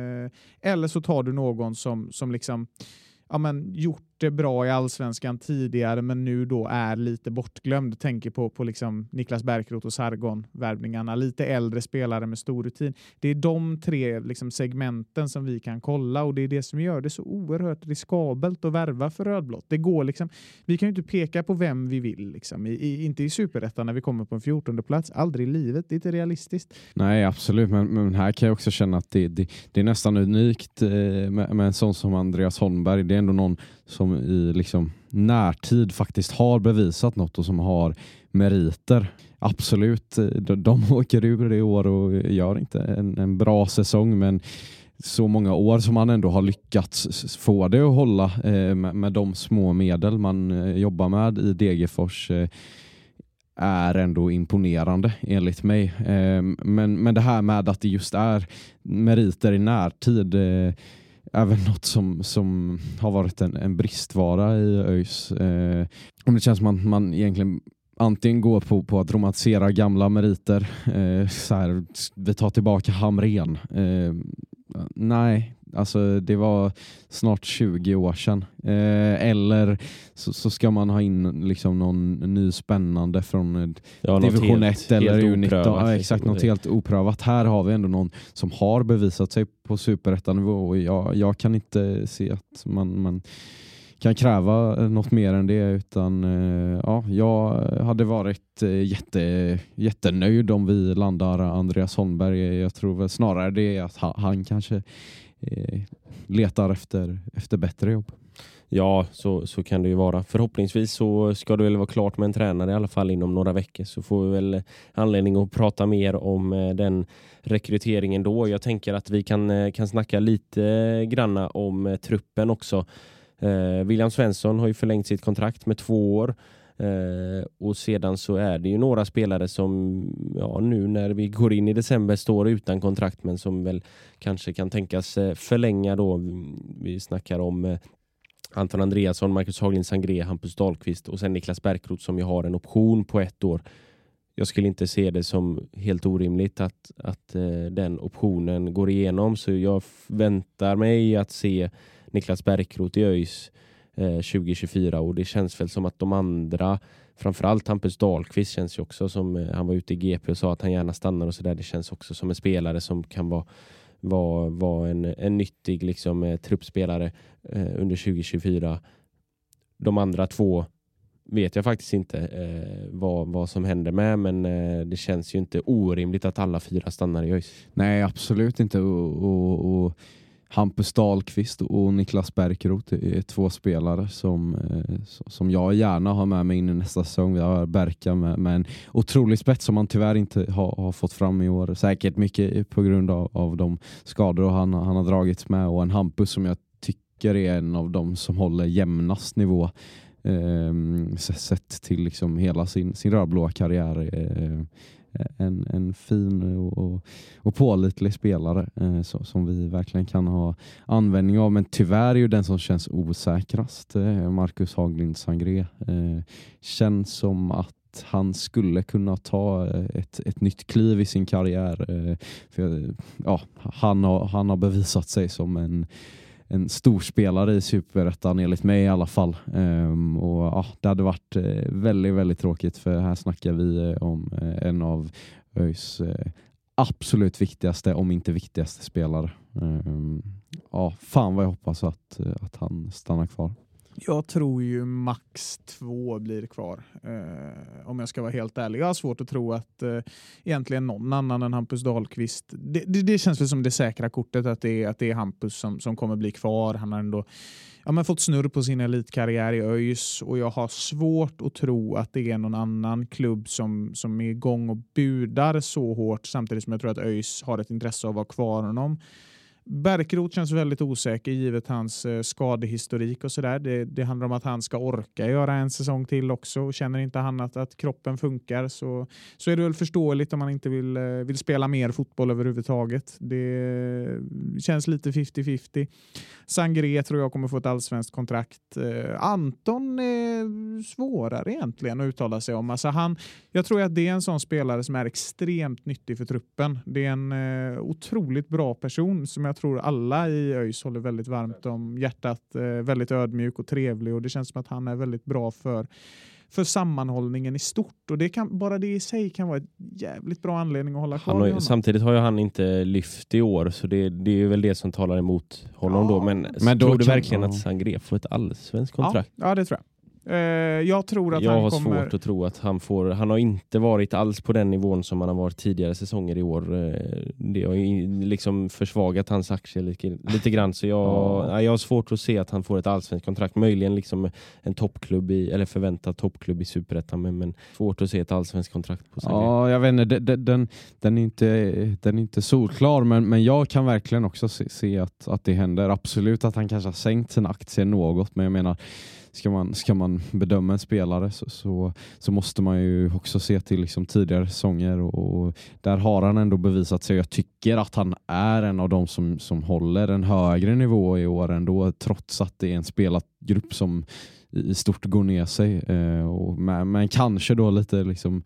Speaker 5: Eh, eller så tar du någon som, som liksom, ja, men, gjort det bra i Allsvenskan tidigare men nu då är lite bortglömd. Tänker på, på liksom Niklas Bärkroth och Sargon-värvningarna. Lite äldre spelare med stor rutin. Det är de tre liksom, segmenten som vi kan kolla, och det är det som gör det så oerhört riskabelt att värva för rödblått. Det går liksom, vi kan ju inte peka på vem vi vill. Liksom. I, i, inte i Superettan när vi kommer på en fjortonde plats. Aldrig i livet. Det är inte realistiskt.
Speaker 4: Nej, absolut. Men, men här kan jag också känna att det, det, det är nästan unikt eh, med, med en sån som Andreas Holmberg. Det är ändå någon som i liksom närtid faktiskt har bevisat något och som har meriter. Absolut, de, de åker ur det i år och gör inte en, en bra säsong, men så många år som man ändå har lyckats få det att hålla eh, med, med de små medel man eh, jobbar med i Degerfors eh, är ändå imponerande enligt mig. Eh, men, men det här med att det just är meriter i närtid eh, är väl något som, som har varit en, en bristvara i ÖIS. Eh, om det känns som att man egentligen antingen går på, på att romantisera gamla meriter. Eh, så här, vi tar tillbaka Hamrén. Eh, nej, alltså det var snart tjugo år sedan. Eh, eller så, så ska man ha in liksom någon ny spännande från ja, division ett eller U nitton. Ja, exakt, något helt oprövat. Här har vi ändå någon som har bevisat sig på superettanivå och jag, jag kan inte se att man... man kan kräva något mer än det, utan ja, jag hade varit jätte, jättenöjd om vi landar Andreas Holmberg. Jag tror väl snarare det är att han, han kanske eh, letar efter, efter bättre jobb.
Speaker 3: Ja, så, så kan det ju vara. Förhoppningsvis så ska det väl vara klart med en tränare i alla fall inom några veckor, så får vi väl anledning att prata mer om eh, den rekryteringen då. Jag tänker att vi kan, kan snacka lite granna om eh, truppen också. Eh, William Svensson har ju förlängt sitt kontrakt med två år eh, och sedan så är det ju några spelare som ja, nu när vi går in i december står utan kontrakt men som väl kanske kan tänkas eh, förlänga då. Vi snackar om eh, Anton Andreasson, Marcus Haglind Sangré, Hampus Dahlqvist och sen Niklas Bärkroth som ju har en option på ett år. Jag skulle inte se det som helt orimligt att, att eh, den optionen går igenom, så jag väntar mig att se Niklas Bärkroth i ÖIS eh, tjugo tjugofyra, och det känns väl som att de andra, framförallt Hampus Dahlqvist känns ju också som, eh, han var ute i G P och sa att han gärna stannar och sådär. Det känns också som en spelare som kan vara, vara, vara en, en nyttig liksom, eh, truppspelare eh, under tjugo tjugofyra. De andra två vet jag faktiskt inte eh, vad, vad som händer med, men eh, det känns ju inte orimligt att alla fyra stannar i ÖIS.
Speaker 4: Nej, absolut inte. Och, och, och Hampus Dahlqvist och Niklas Bärkroth är två spelare som, som jag gärna har med mig in i nästa säsong. Vi har Berka med, med en otrolig spets som man tyvärr inte har, har fått fram i år. Säkert mycket på grund av, av de skador han, han har dragits med, och en Hampus som jag tycker är en av dem som håller jämnast nivå eh, sett till liksom hela sin, sin rödblåa karriär. Eh, En, en fin och, och pålitlig spelare eh, så, som vi verkligen kan ha användning av, men tyvärr är ju den som känns osäkrast eh, Marcus Haglind Sangré. Eh, känns som att han skulle kunna ta ett, ett nytt kliv i sin karriär. Eh, för, ja, han, har, han har bevisat sig som en en stor spelare i superettan enligt mig i alla fall. Um, och ja, det hade varit uh, väldigt, väldigt tråkigt, för här snackar vi uh, om uh, en av ÖIS uh, absolut viktigaste, om inte viktigaste spelare. Um, ja, fan vad jag hoppas att, uh, att han stannar kvar.
Speaker 5: Jag tror ju max två blir kvar. Eh, om jag ska vara helt ärlig. Jag har svårt att tro att eh, egentligen någon annan än Hampus Dahlqvist. Det, det, det känns väl som det säkra kortet att det är, att det är Hampus som, som kommer bli kvar. Han har ändå ja, men fått snurr på sin elitkarriär i ÖIS, och jag har svårt att tro att det är någon annan klubb som, som är igång och budar så hårt, samtidigt som jag tror att ÖIS har ett intresse av att ha kvar honom. Bärkroth känns väldigt osäker givet hans eh, skadehistorik och sådär. Det, det handlar om att han ska orka göra en säsong till också, och känner inte han att, att kroppen funkar så, så är det väl förståeligt om man inte vill, eh, vill spela mer fotboll överhuvudtaget. Det känns lite femtio femtio. Sangré tror jag kommer få ett allsvenskt kontrakt. Eh, Anton är svårare egentligen att uttala sig om. Alltså han, jag tror att det är en sån spelare som är extremt nyttig för truppen. Det är en eh, otroligt bra person som jag tror alla i ÖIS håller väldigt varmt om hjärtat, eh, väldigt ödmjuk och trevlig, och det känns som att han är väldigt bra för, för sammanhållningen i stort, och det kan, bara det i sig kan vara ett jävligt bra anledning att hålla kvar
Speaker 3: han har,
Speaker 5: honom.
Speaker 3: Samtidigt har ju han inte lyft i år, så det, det är ju väl det som talar emot honom. Ja, då, men,
Speaker 4: men då
Speaker 3: tror du
Speaker 4: kan,
Speaker 3: verkligen
Speaker 4: ja.
Speaker 3: att Sangré får ett allsvenskt kontrakt?
Speaker 5: Ja, ja, det tror jag. Uh, jag tror att
Speaker 3: jag
Speaker 5: han
Speaker 3: har
Speaker 5: kommer...
Speaker 3: svårt att tro att han får... Han har inte varit alls på den nivån som han har varit tidigare säsonger i år. Uh, det har ju liksom försvagat hans aktier lite, lite grann. Så jag, ja. jag har svårt att se att han får ett allsvenskt kontrakt. Möjligen liksom en toppklubb i, eller förväntad toppklubb i Superettan. Men, men svårt att se ett allsvenskt kontrakt på sig.
Speaker 4: Ja, jag vet inte. Den, den, den, är inte den är inte solklar. Men, men jag kan verkligen också se, se att, att det händer. Absolut att han kanske har sänkt sina aktier något. Men jag menar... Ska man, ska man bedöma en spelare så, så, så måste man ju också se till liksom tidigare säsonger och, och där har han ändå bevisat sig. Jag tycker att han är en av de som, som håller en högre nivå i år ändå, trots att det är en spelargrupp som i stort går ner sig. Eh, och, men, men kanske då lite liksom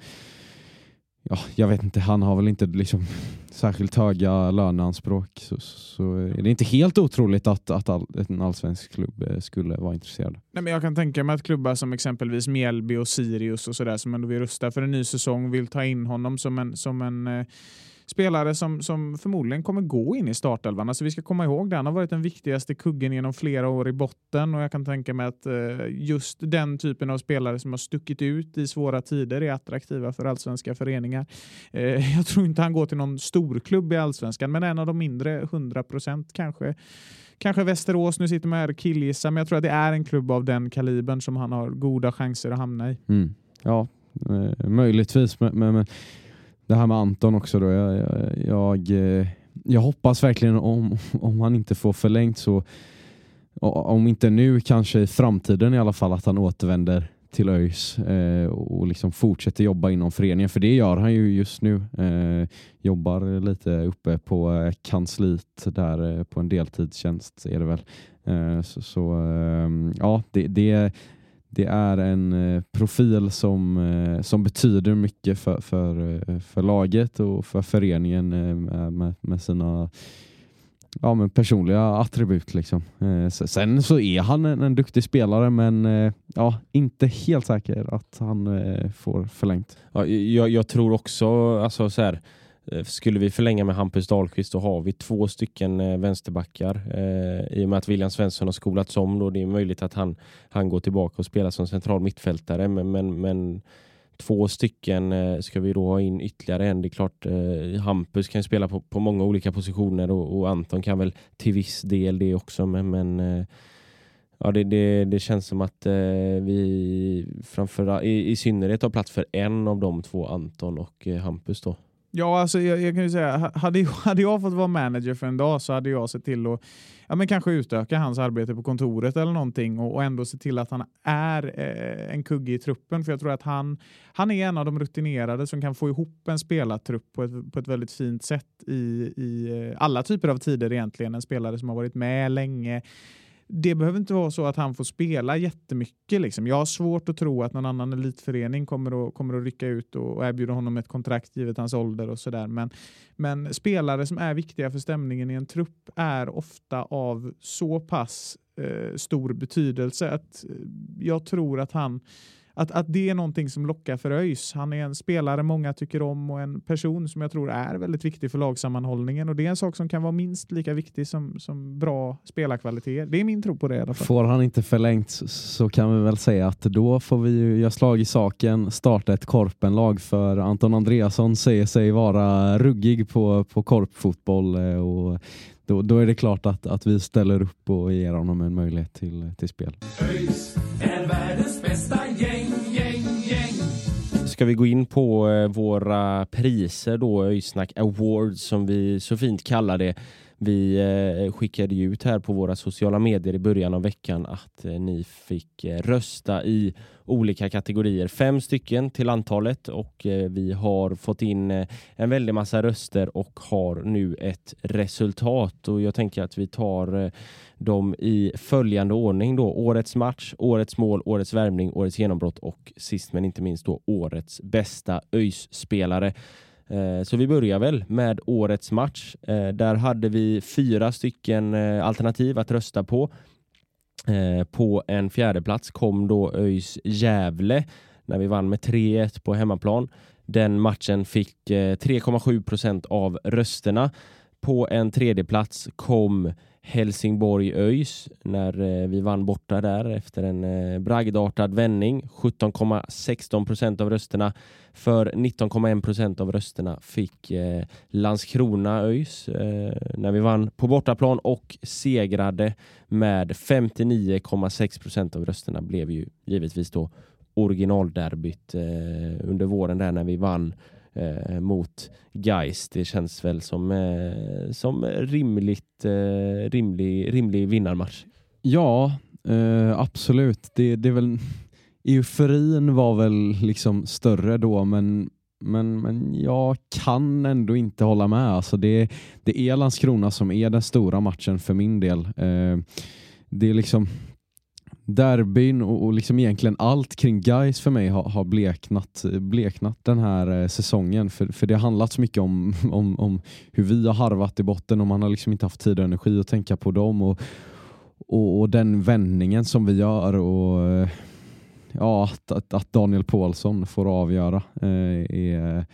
Speaker 4: ja, jag vet inte, han har väl inte liksom särskilt höga löneanspråk, så, så är det inte helt otroligt att, att all, en allsvensk klubb skulle vara intresserad.
Speaker 5: Nej, men jag kan tänka mig att klubbar som exempelvis Mjällby och Sirius och sådär som ändå vill rusta för en ny säsong vill ta in honom som en, som en eh, spelare som, som förmodligen kommer gå in i startelvan. Alltså vi ska komma ihåg det. Han har varit den viktigaste kuggen genom flera år i botten och jag kan tänka mig att eh, just den typen av spelare som har stuckit ut i svåra tider är attraktiva för allsvenska föreningar. Eh, jag tror inte han går till någon stor klubb i allsvenskan, men en av de mindre, hundra procent kanske. Kanske Västerås, nu sitter man här och killgissar, men jag tror att det är en klubb av den kalibern som han har goda chanser att hamna i.
Speaker 4: Mm. Ja, eh, möjligtvis, men, men det här med Anton också då, jag, jag, jag, jag hoppas verkligen om, om han inte får förlängt, så om inte nu, kanske i framtiden i alla fall, att han återvänder till ÖIS eh, och liksom fortsätter jobba inom föreningen, för det gör han ju just nu. Eh, jobbar lite uppe på eh, kansliet där eh, på en deltidstjänst är det väl. Eh, så så eh, ja, det, det Det är en eh, profil som, eh, som betyder mycket för, för, för laget och för föreningen eh, med, med sina ja, men personliga attribut. Liksom. Eh, sen så är han en, en duktig spelare, men eh, ja, inte helt säker att han eh, får förlängt.
Speaker 3: Ja, jag, jag tror också, alltså så här, skulle vi förlänga med Hampus Dahlqvist, då har vi två stycken eh, vänsterbackar. Eh, I och med att William Svensson har skolats om, då det är möjligt att han, han går tillbaka och spelar som central mittfältare. Men, men, men två stycken eh, ska vi då ha in ytterligare en. Det är klart, eh, Hampus kan spela på, på många olika positioner och, och Anton kan väl till viss del det också. Men, men eh, ja, det, det, det känns som att eh, vi framför, i, i synnerhet har plats för en av de två, Anton och eh, Hampus då.
Speaker 5: Ja, alltså jag, jag kan ju säga, hade jag, hade jag fått vara manager för en dag så hade jag sett till att ja, men kanske utöka hans arbete på kontoret eller någonting och, och ändå se till att han är eh, en kugge i truppen, för jag tror att han, han är en av de rutinerade som kan få ihop en spelartrupp på ett, på ett väldigt fint sätt i, i alla typer av tider egentligen. En spelare som har varit med länge. Det behöver inte vara så att han får spela jättemycket. Liksom. Jag har svårt att tro att någon annan elitförening kommer att, kommer att rycka ut och erbjuda honom ett kontrakt givet hans ålder och sådär. Men, men spelare som är viktiga för stämningen i en trupp är ofta av så pass eh, stor betydelse att eh, jag tror att han Att, att det är någonting som lockar för ÖIS. Han är en spelare många tycker om och en person som jag tror är väldigt viktig för lagsammanhållningen. Och det är en sak som kan vara minst lika viktig som, som bra spelarkvaliteter. Det är min tro på det i alla fall.
Speaker 4: Får han inte förlängt så kan vi väl säga att då får vi ju göra slag i saken, starta ett korpenlag, för Anton Andreasson säger sig vara ruggig på, på korpfotboll och Då, då är det klart att, att vi ställer upp och ger honom en möjlighet till, till spel.
Speaker 2: ÖIS är världens bästa gäng, gäng, gäng.
Speaker 3: Ska vi gå in på eh, våra priser då, ÖISnack Awards som vi så fint kallar det. Vi eh, skickade ju ut här på våra sociala medier i början av veckan att eh, ni fick eh, rösta i olika kategorier. Fem stycken till antalet och eh, vi har fått in eh, en väldig massa röster och har nu ett resultat. Och jag tänker att vi tar eh, dem i följande ordning då. Årets match, årets mål, årets värvning, årets genombrott och sist men inte minst då årets bästa ÖIS-spelare. Så vi börjar väl med årets match. Där hade vi fyra stycken alternativ att rösta på. På en fjärde plats kom då ÖIS Gävle när vi vann med tre ett på hemmaplan. Den matchen fick tre komma sju procent av rösterna. På en tredje plats kom Helsingborg ÖIS när eh, vi vann borta där efter en eh, bragdartad vändning. sjutton komma sexton procent av rösterna. För nitton komma en procent av rösterna fick eh, Landskrona ÖIS eh, när vi vann på bortaplan och segrade med femtionio komma sex procent av rösterna. Blev ju givetvis då originalderbyt eh, under våren där när vi vann Eh, mot Gais. Det känns väl som eh, som rimligt eh, rimlig, rimlig vinnarmatch.
Speaker 4: Ja, eh, absolut. Det, det är väl, euforin var väl liksom större då, men, men, men jag kan ändå inte hålla med. Alltså det, det är Landskrona som är den stora matchen för min del. Eh, det är liksom derbyn och, och liksom egentligen allt kring Gais för mig har, har bleknat, bleknat den här eh, säsongen. För, för det har handlat så mycket om, om, om hur vi har harvat i botten och man har liksom inte haft tid och energi att tänka på dem. Och, och, och den vändningen som vi gör och eh, ja, att, att, att Daniel Paulsson får avgöra eh, är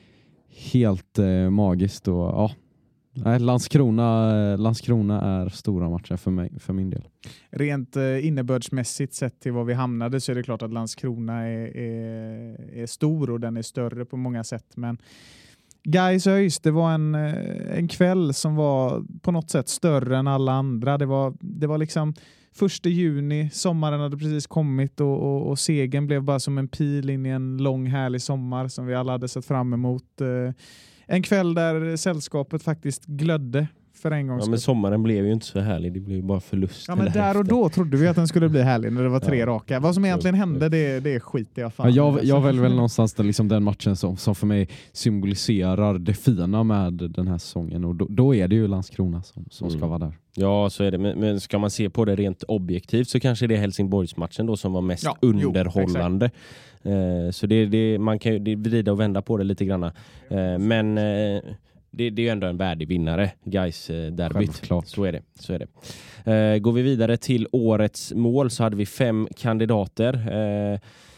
Speaker 4: helt eh, magiskt. Och, ja. Nej, Landskrona, Landskrona är stora matcher för mig, för min del.
Speaker 5: Rent eh, innebördsmässigt sett till vad vi hamnade så är det klart att Landskrona är, är, är stor och den är större på många sätt. Men Gais ÖIS, det var en, en kväll som var på något sätt större än alla andra. Det var, det var liksom första juni, sommaren hade precis kommit och, och, och segern blev bara som en pil in i en lång härlig sommar som vi alla hade sett fram emot. Eh, En kväll där sällskapet faktiskt glödde för en gång.
Speaker 3: Ja, men sommaren blev ju inte så härlig. Det blev ju bara förlust.
Speaker 5: Ja, men där och då trodde vi att den skulle bli härlig när det var tre
Speaker 3: ja.
Speaker 5: raka. Vad som egentligen hände, det, det är skit jag fan.
Speaker 4: Ja, jag, jag väljer väl någonstans där, liksom den matchen som, som för mig symboliserar det fina med den här säsongen. Och då, då är det ju Landskrona som, som mm. ska vara där.
Speaker 3: Ja, så är det. Men, men ska man se på det rent objektivt så kanske det är Helsingborgsmatchen då som var mest ja, underhållande. Jo, eh, så det, det, man kan ju det vrida och vända på det lite grann. Eh, men eh, det, det är ju ändå en värdig vinnare, Gais eh, derbyt. Så är det. Så är det. Eh, går vi vidare till årets mål så hade vi fem kandidater. Eh,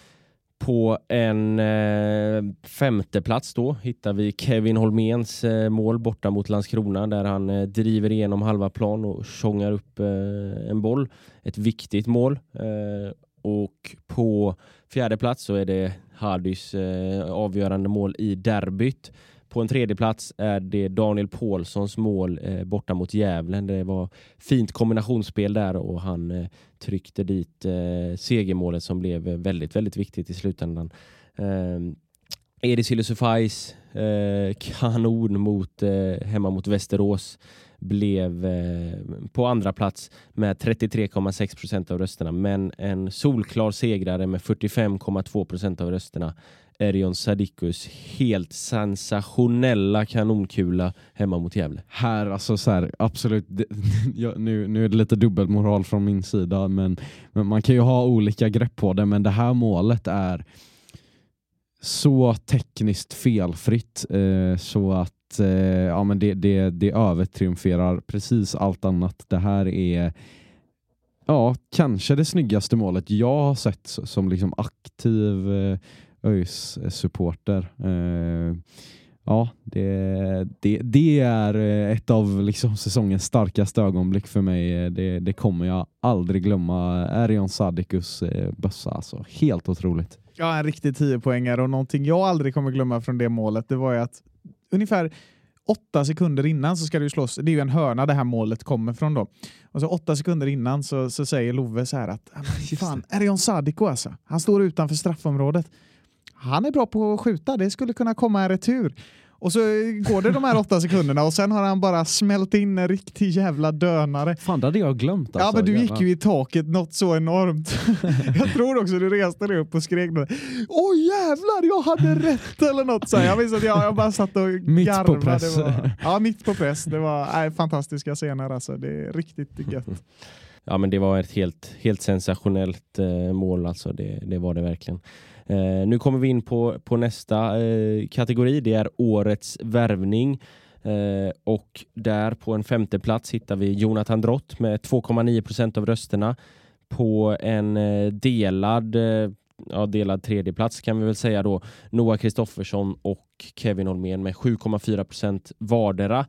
Speaker 3: På en eh, femte plats då hittar vi Kevin Holméns eh, mål borta mot Landskrona där han eh, driver igenom halva plan och tjongar upp eh, en boll. Ett viktigt mål. Eh, och på fjärde plats så är det Hardys eh, avgörande mål i derbyt. På en tredje plats är det Daniel Paulssons mål eh, borta mot Gävle. Det var fint kombinationsspel där och han eh, tryckte dit eh, segermålet som blev väldigt, väldigt viktigt i slutändan. Eh, Edis Hillesufais eh, kanon mot, eh, hemma mot Västerås blev eh, på andra plats med trettiotre komma sex procent av rösterna. Men en solklar segrare med fyrtiofem komma två procent av rösterna. Erion Sadikus helt sensationella kanonkula hemma mot Gävle.
Speaker 4: Här, alltså så här, absolut, det, ja, nu, nu är det lite dubbelmoral från min sida, men, men man kan ju ha olika grepp på det, men det här målet är så tekniskt felfritt eh, så att eh, ja, men det, det, det övertriumferar precis allt annat. Det här är ja, kanske det snyggaste målet jag har sett som liksom aktiv eh, ÖIS-supporter. Eh, ja, det, det, det är ett av liksom säsongens starkaste ögonblick för mig. Det, det kommer jag aldrig glömma. Erion Sadikus eh, bössa, alltså helt otroligt.
Speaker 5: Ja, en riktig tio poängare och någonting jag aldrig kommer glömma från det målet, det var ju att ungefär åtta sekunder innan så ska det ju slås. Det är ju en hörna det här målet kommer från då. Och så åtta sekunder innan så, så säger Love så här att fan, Erion Sadiku alltså. Han står utanför straffområdet. Han är bra på att skjuta. Det skulle kunna komma en retur. Och så går det de här åtta sekunderna och sen har han bara smält in en riktig jävla dönare.
Speaker 4: Fan, det hade jag glömt. Alltså.
Speaker 5: Ja, men du gick ju i taket något så enormt. Jag tror också du reste dig upp och skrek åh jävlar, jag hade rätt eller något. Så jag visste att jag, jag bara satt och
Speaker 4: mitt
Speaker 5: garvade.
Speaker 4: På press.
Speaker 5: Det var, ja, mitt på press. Det var nej, fantastiska scener. Alltså. Det är riktigt gött.
Speaker 3: Ja, men det var ett helt, helt sensationellt eh, mål. Alltså. Det, det var det verkligen. Eh, nu kommer vi in på, på nästa eh, kategori. Det är årets värvning. Eh, och där på en femte plats hittar vi Jonathan Drott med två komma nio procent av rösterna. På en eh, delad, eh, ja, delad tredje plats kan vi väl säga då Noah Kristoffersson och Kevin Holmén med sju komma fyra procent vardera.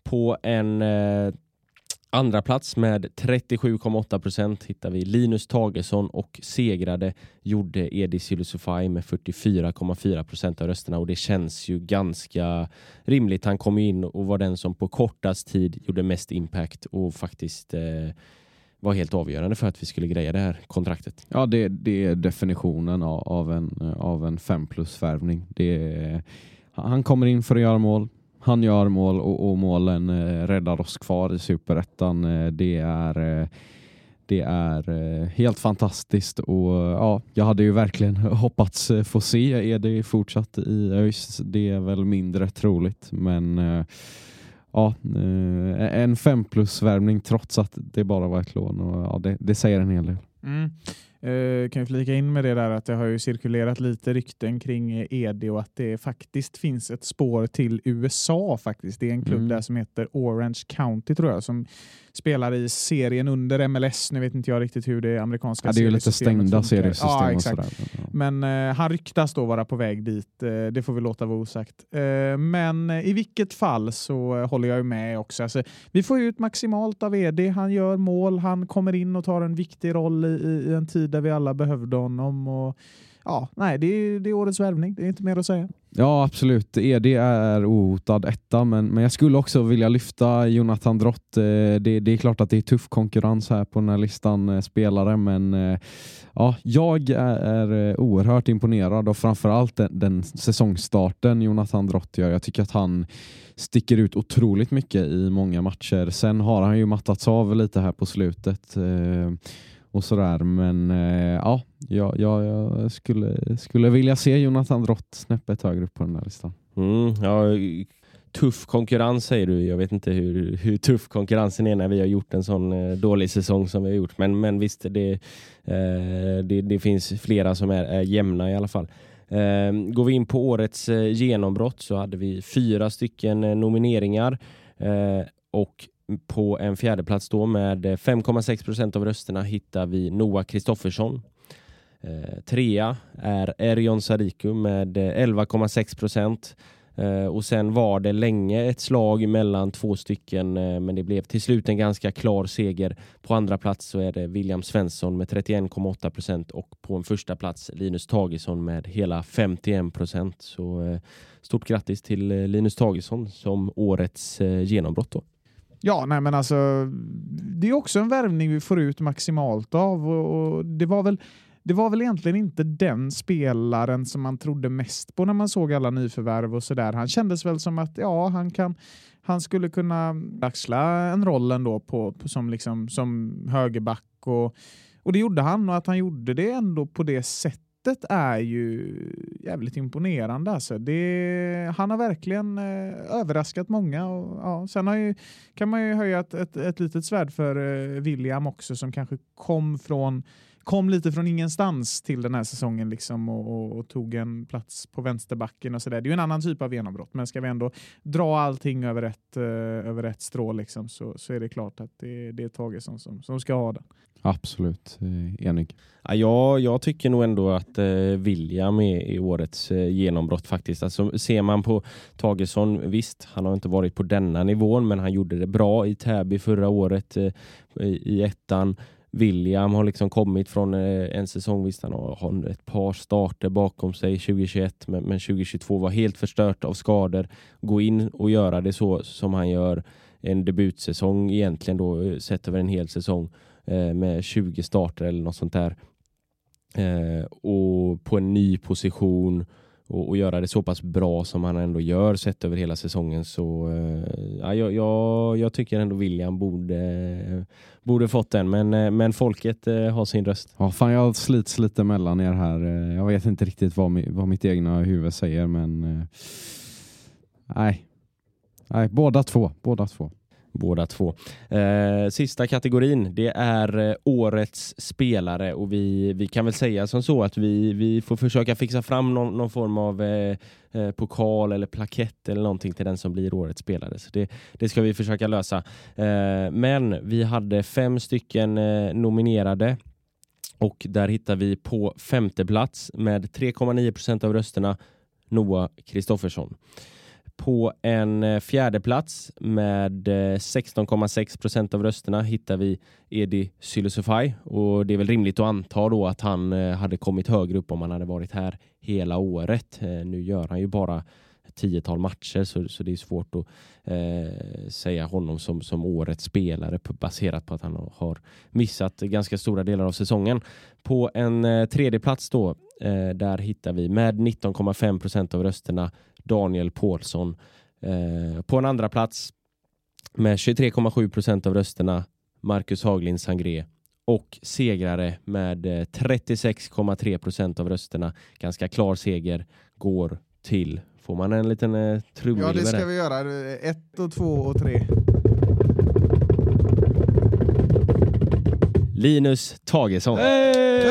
Speaker 3: På en eh, andra plats med trettiosju komma åtta procent hittar vi Linus Tagesson, och segrade gjorde Edis Ylusufaj med fyrtiofyra komma fyra procent av rösterna, och det känns ju ganska rimligt. Han kom in och var den som på kortast tid gjorde mest impact och faktiskt eh, var helt avgörande för att vi skulle greja det här kontraktet.
Speaker 4: Ja, det, det är definitionen av, av en, av en fem plus-värvning. Det är, han kommer in för att göra mål. Han gör mål och, och målen eh, räddar oss kvar i Superettan. Eh, det är, eh, det är eh, helt fantastiskt. Och ja, jag hade ju verkligen hoppats eh, få se Edi fortsatt i ÖIS. Det är väl mindre troligt. Men eh, ja, eh, en fem plus-värvning trots att det bara var ett lån. Och, ja, det, det säger en hel del.
Speaker 5: Mm. Uh, kan ju flika in med det där att det har ju cirkulerat lite rykten kring Edi och att det faktiskt finns ett spår till U S A faktiskt. Det är en klubb mm. där som heter Orange County tror jag, som spelar i serien under M L S. Nu vet inte jag riktigt hur det amerikanska
Speaker 4: ja, det är ju lite stängda seriesystem. Ja, exakt. Och sådär. Ja.
Speaker 5: Men uh, han ryktas då vara på väg dit. Uh, det får vi låta vara osagt. Uh, men uh, i vilket fall så uh, håller jag ju med också. Alltså, vi får ju ut maximalt av Edi. Han gör mål. Han kommer in och tar en viktig roll i, i, i en tid där vi alla behövde honom. Och ja, nej, det är, det är årets värvning. Det är inte mer att säga.
Speaker 4: Ja, absolut. Edi är ohotad etta, men, men jag skulle också vilja lyfta Jonathan Drott. Det, det är klart att det är tuff konkurrens här på den här listan spelare, men ja, jag är, är oerhört imponerad och framförallt den, den säsongstarten Jonathan Drott gör. Jag tycker att han sticker ut otroligt mycket i många matcher. Sen har han ju mattats av lite här på slutet och sådär, men eh, ja, jag, jag, jag skulle, skulle vilja se Jonathan Drott snäppet högre upp på den här listan.
Speaker 3: Mm, ja, tuff konkurrens säger du. Jag vet inte hur, hur tuff konkurrensen är när vi har gjort en sån eh, dålig säsong som vi har gjort, men, men visst, det, eh, det, det finns flera som är, är jämna i alla fall. Eh, går vi in på årets eh, genombrott så hade vi fyra stycken eh, nomineringar eh, och på en fjärde plats då med fem komma sex procent av rösterna hittar vi Noah Kristoffersson. Eh, trea är Erjon Sadiku med elva komma sex procent. Eh, och sen var det länge ett slag mellan två stycken, eh, men det blev till slut en ganska klar seger. På andra plats så är det William Svensson med trettioen komma åtta procent och på en första plats Linus Tagesson med hela femtioen procent. Så eh, stort grattis till eh, Linus Tagesson som årets eh, genombrott då.
Speaker 5: Ja, nej men alltså det är också en värvning vi får ut maximalt av och, och det var väl det var väl egentligen inte den spelaren som man trodde mest på när man såg alla nyförvärv och sådär. Han kändes väl som att ja, han kan han skulle kunna axla en roll ändå på, på som liksom som högerback och och det gjorde han, och att han gjorde det ändå på det sättet är ju jävligt imponerande. Alltså. Det, han har verkligen eh, överraskat många. Och, ja, sen har ju, kan man ju höja ett, ett, ett litet svärd för eh, William också, som kanske kom från kom lite från ingenstans till den här säsongen liksom, och, och, och tog en plats på vänsterbacken och sådär. Det är ju en annan typ av genombrott, men ska vi ändå dra allting över ett, uh, över ett strå liksom, så, så är det klart att det, det är Tagesson som, som ska ha den.
Speaker 4: Absolut, eh, enig.
Speaker 3: Ja, jag, jag tycker nog ändå att eh, William är i årets eh, genombrott faktiskt. Alltså, ser man på Tagesson, visst, han har inte varit på denna nivån, men han gjorde det bra i Täby förra året eh, i, i ettan. William har liksom kommit från eh, en säsong, visst, han har, har ett par starter bakom sig tjugohundratjugoett, men, men tjugohundratjugotvå var helt förstört av skador. Gå in och göra det så som han gör en debutsäsong egentligen då, sett över en hel säsong eh, med tjugo starter eller något sånt där. Eh, och på en ny position och, och göra det så pass bra som han ändå gör sett över hela säsongen, så eh, ja, jag, jag, jag tycker ändå William borde, borde fått den, men, eh, men folket eh, har sin röst.
Speaker 4: Ja, fan, jag slits lite mellan er här. Jag vet inte riktigt vad, mi, vad mitt egna huvud säger, men eh, nej. nej, båda två, båda två.
Speaker 3: Båda två. Eh, sista kategorin, det är eh, årets spelare, och vi, vi kan väl säga som så att vi, vi får försöka fixa fram någon, någon form av eh, eh, pokal eller plakett eller någonting till den som blir årets spelare. Så det, det ska vi försöka lösa. Eh, men vi hade fem stycken eh, nominerade, och där hittar vi på femte plats med tre komma nio procent av rösterna Noah Kristoffersson. På en fjärde plats med sexton komma sex procent av rösterna hittar vi Edi Sylisufaj. Och det är väl rimligt att anta då att han hade kommit högre upp om han hade varit här hela året. Nu gör han ju bara tiotal matcher så, så det är svårt att eh, säga honom som, som årets spelare baserat på att han har missat ganska stora delar av säsongen. På en eh, tredje plats då, eh, där hittar vi med nitton komma fem procent av rösterna Daniel Paulsson. Eh, på en andra plats med tjugotre komma sju procent av rösterna Marcus Haglind Sangré. Och segrare med eh, trettiosex komma tre procent av rösterna, ganska klar seger, går till. Får man en liten eh, trumvirvel?
Speaker 5: Ja, det ska vi göra. Ett och två och tre.
Speaker 3: Linus Tagesson.
Speaker 5: Hey!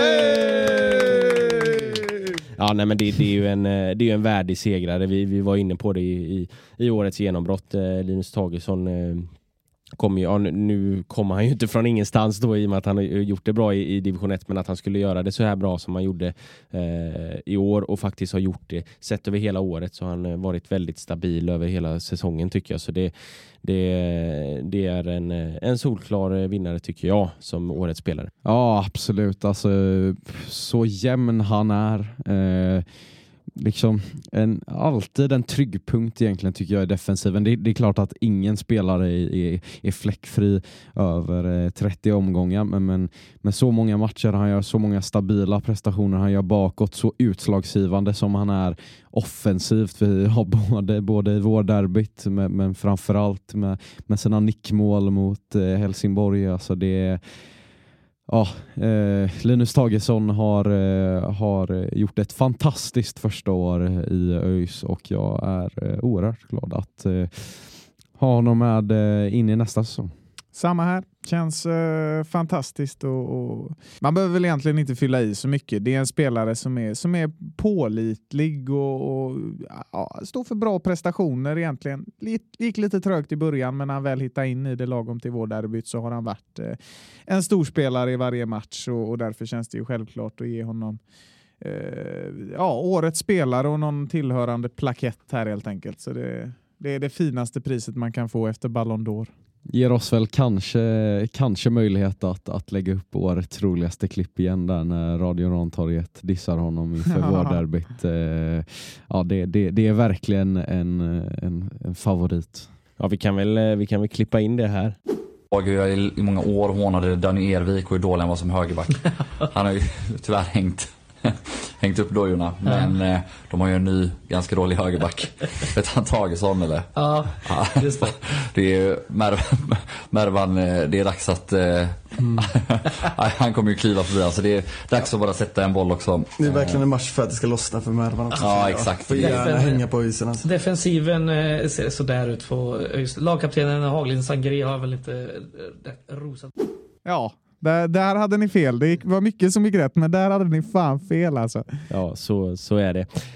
Speaker 3: Ja, nej, men det, det är ju en, det är ju en värdig segrare. Vi, vi var inne på det i, i, i årets genombrott. Eh, Linus Tagesson eh, kom ju, ja, nu kommer han ju inte från ingenstans då i och med att han har gjort det bra i, i division ett, men att han skulle göra det så här bra som han gjorde eh, i år och faktiskt har gjort det sett över hela året, så har han varit väldigt stabil över hela säsongen tycker jag. Så det, det, det är en, en solklar vinnare tycker jag som årets spelare.
Speaker 4: Ja, absolut. Alltså, så jämn han är. Eh, liksom en, alltid en trygg punkt egentligen tycker jag i defensiven. Det, det är klart att ingen spelare är, är, är fläckfri över eh, trettio omgångar, men, men med så många matcher han gör, så många stabila prestationer han gör bakåt, så utslagsgivande som han är offensivt. Vi har både, både i vår derbyt med, men framförallt med, med sina nickmål mot eh, Helsingborg. Alltså det är Ja, eh, Linus Tagesson har, eh, har gjort ett fantastiskt första år i ÖIS och jag är eh, oerhört glad att eh, ha honom med eh, in i nästa säsong.
Speaker 5: Samma här. Känns eh, fantastiskt och, och man behöver väl egentligen inte fylla i så mycket. Det är en spelare som är, som är pålitlig och, och ja, står för bra prestationer egentligen. Det gick lite trögt i början, men när han väl hittar in i det lagom till vår derbyt så har han varit eh, en stor spelare i varje match och, och därför känns det ju självklart att ge honom eh, ja, årets spelare och någon tillhörande plakett här helt enkelt. Så det, det är det finaste priset man kan få efter Ballon d'Or.
Speaker 4: Ger oss väl kanske, kanske möjlighet att, att lägga upp årets roligaste klipp igen där när Radio Rantorget dissar honom inför vår derbyt. Eh, ja, det, det, det är verkligen en, en, en favorit.
Speaker 3: Ja, vi kan väl, vi kan väl klippa in det här.
Speaker 7: Jag har i många år hånade Danny Ervik och hur dålig han var som högerback. Han har ju tyvärr hängt hängt upp dojorna, men ja. eh, de har ju en ny ganska dålig högerback. Vet han Tagesson eller?
Speaker 8: Ja, just det.
Speaker 7: Det är Mervan, Mervan det är dags att eh, mm. han kommer ju kliva förbi, alltså det är dags att bara sätta en boll också.
Speaker 9: Det är verkligen en match för att det ska lossna för Mervan också.
Speaker 7: Ja, exakt.
Speaker 9: För gärna hänga på isen alltså.
Speaker 8: Defensiven eh, ser så där ut på lagkaptenen Haglind Sangré har väl inte eh, rosat.
Speaker 5: Ja. Där, där hade ni fel. Det var mycket som gick rätt, men där hade ni fan fel alltså.
Speaker 3: Ja, så, så är det.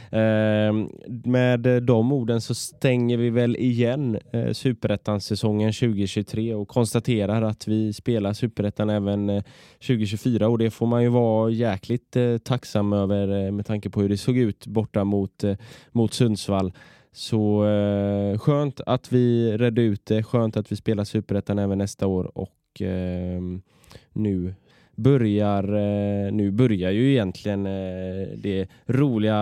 Speaker 3: Eh, med de orden så stänger vi väl igen eh, Superettan-säsongen tjugo tjugotre och konstaterar att vi spelar Superettan även eh, tjugo tjugofyra, och det får man ju vara jäkligt eh, tacksam över eh, med tanke på hur det såg ut borta mot, eh, mot Sundsvall. Så eh, skönt att vi redde ut det, skönt att vi spelar Superettan även nästa år, och eh, nu börjar nu börjar ju egentligen det roliga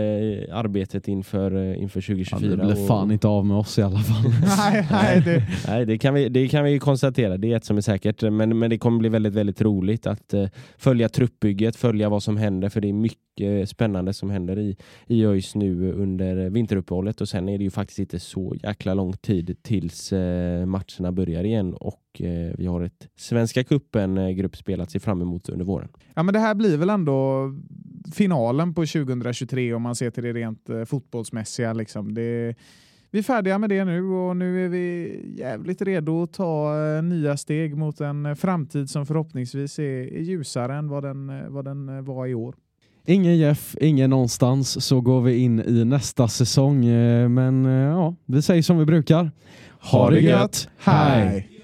Speaker 3: arbetet inför inför tjugo tjugofyra.
Speaker 4: Ja, det blir fan och... inte av med oss i alla fall.
Speaker 5: nej, nej, det...
Speaker 3: nej, det kan vi det kan vi konstatera. Det är ett som är säkert, men men det kommer bli väldigt väldigt roligt att uh, följa truppbygget, följa vad som händer, för det är mycket spännande som händer i i ÖIS nu under vinteruppehållet, och sen är det ju faktiskt inte så jäkla lång tid tills uh, matcherna börjar igen, och uh, vi har ett Svenska cupen uh, gruppspel att se fram emot under våren.
Speaker 5: Ja, men det här blir väl ändå finalen på tjugo tjugotre om man ser till det rent uh, fotbollsmässiga liksom. Det, vi är färdiga med det nu, och nu är vi jävligt redo att ta uh, nya steg mot en uh, framtid som förhoppningsvis är, är ljusare än vad den, uh, vad den uh, var i år.
Speaker 4: Ingen Jeff, ingen någonstans, så går vi in i nästa säsong. Men ja, vi säger som vi brukar.
Speaker 5: Ha det gött, hej!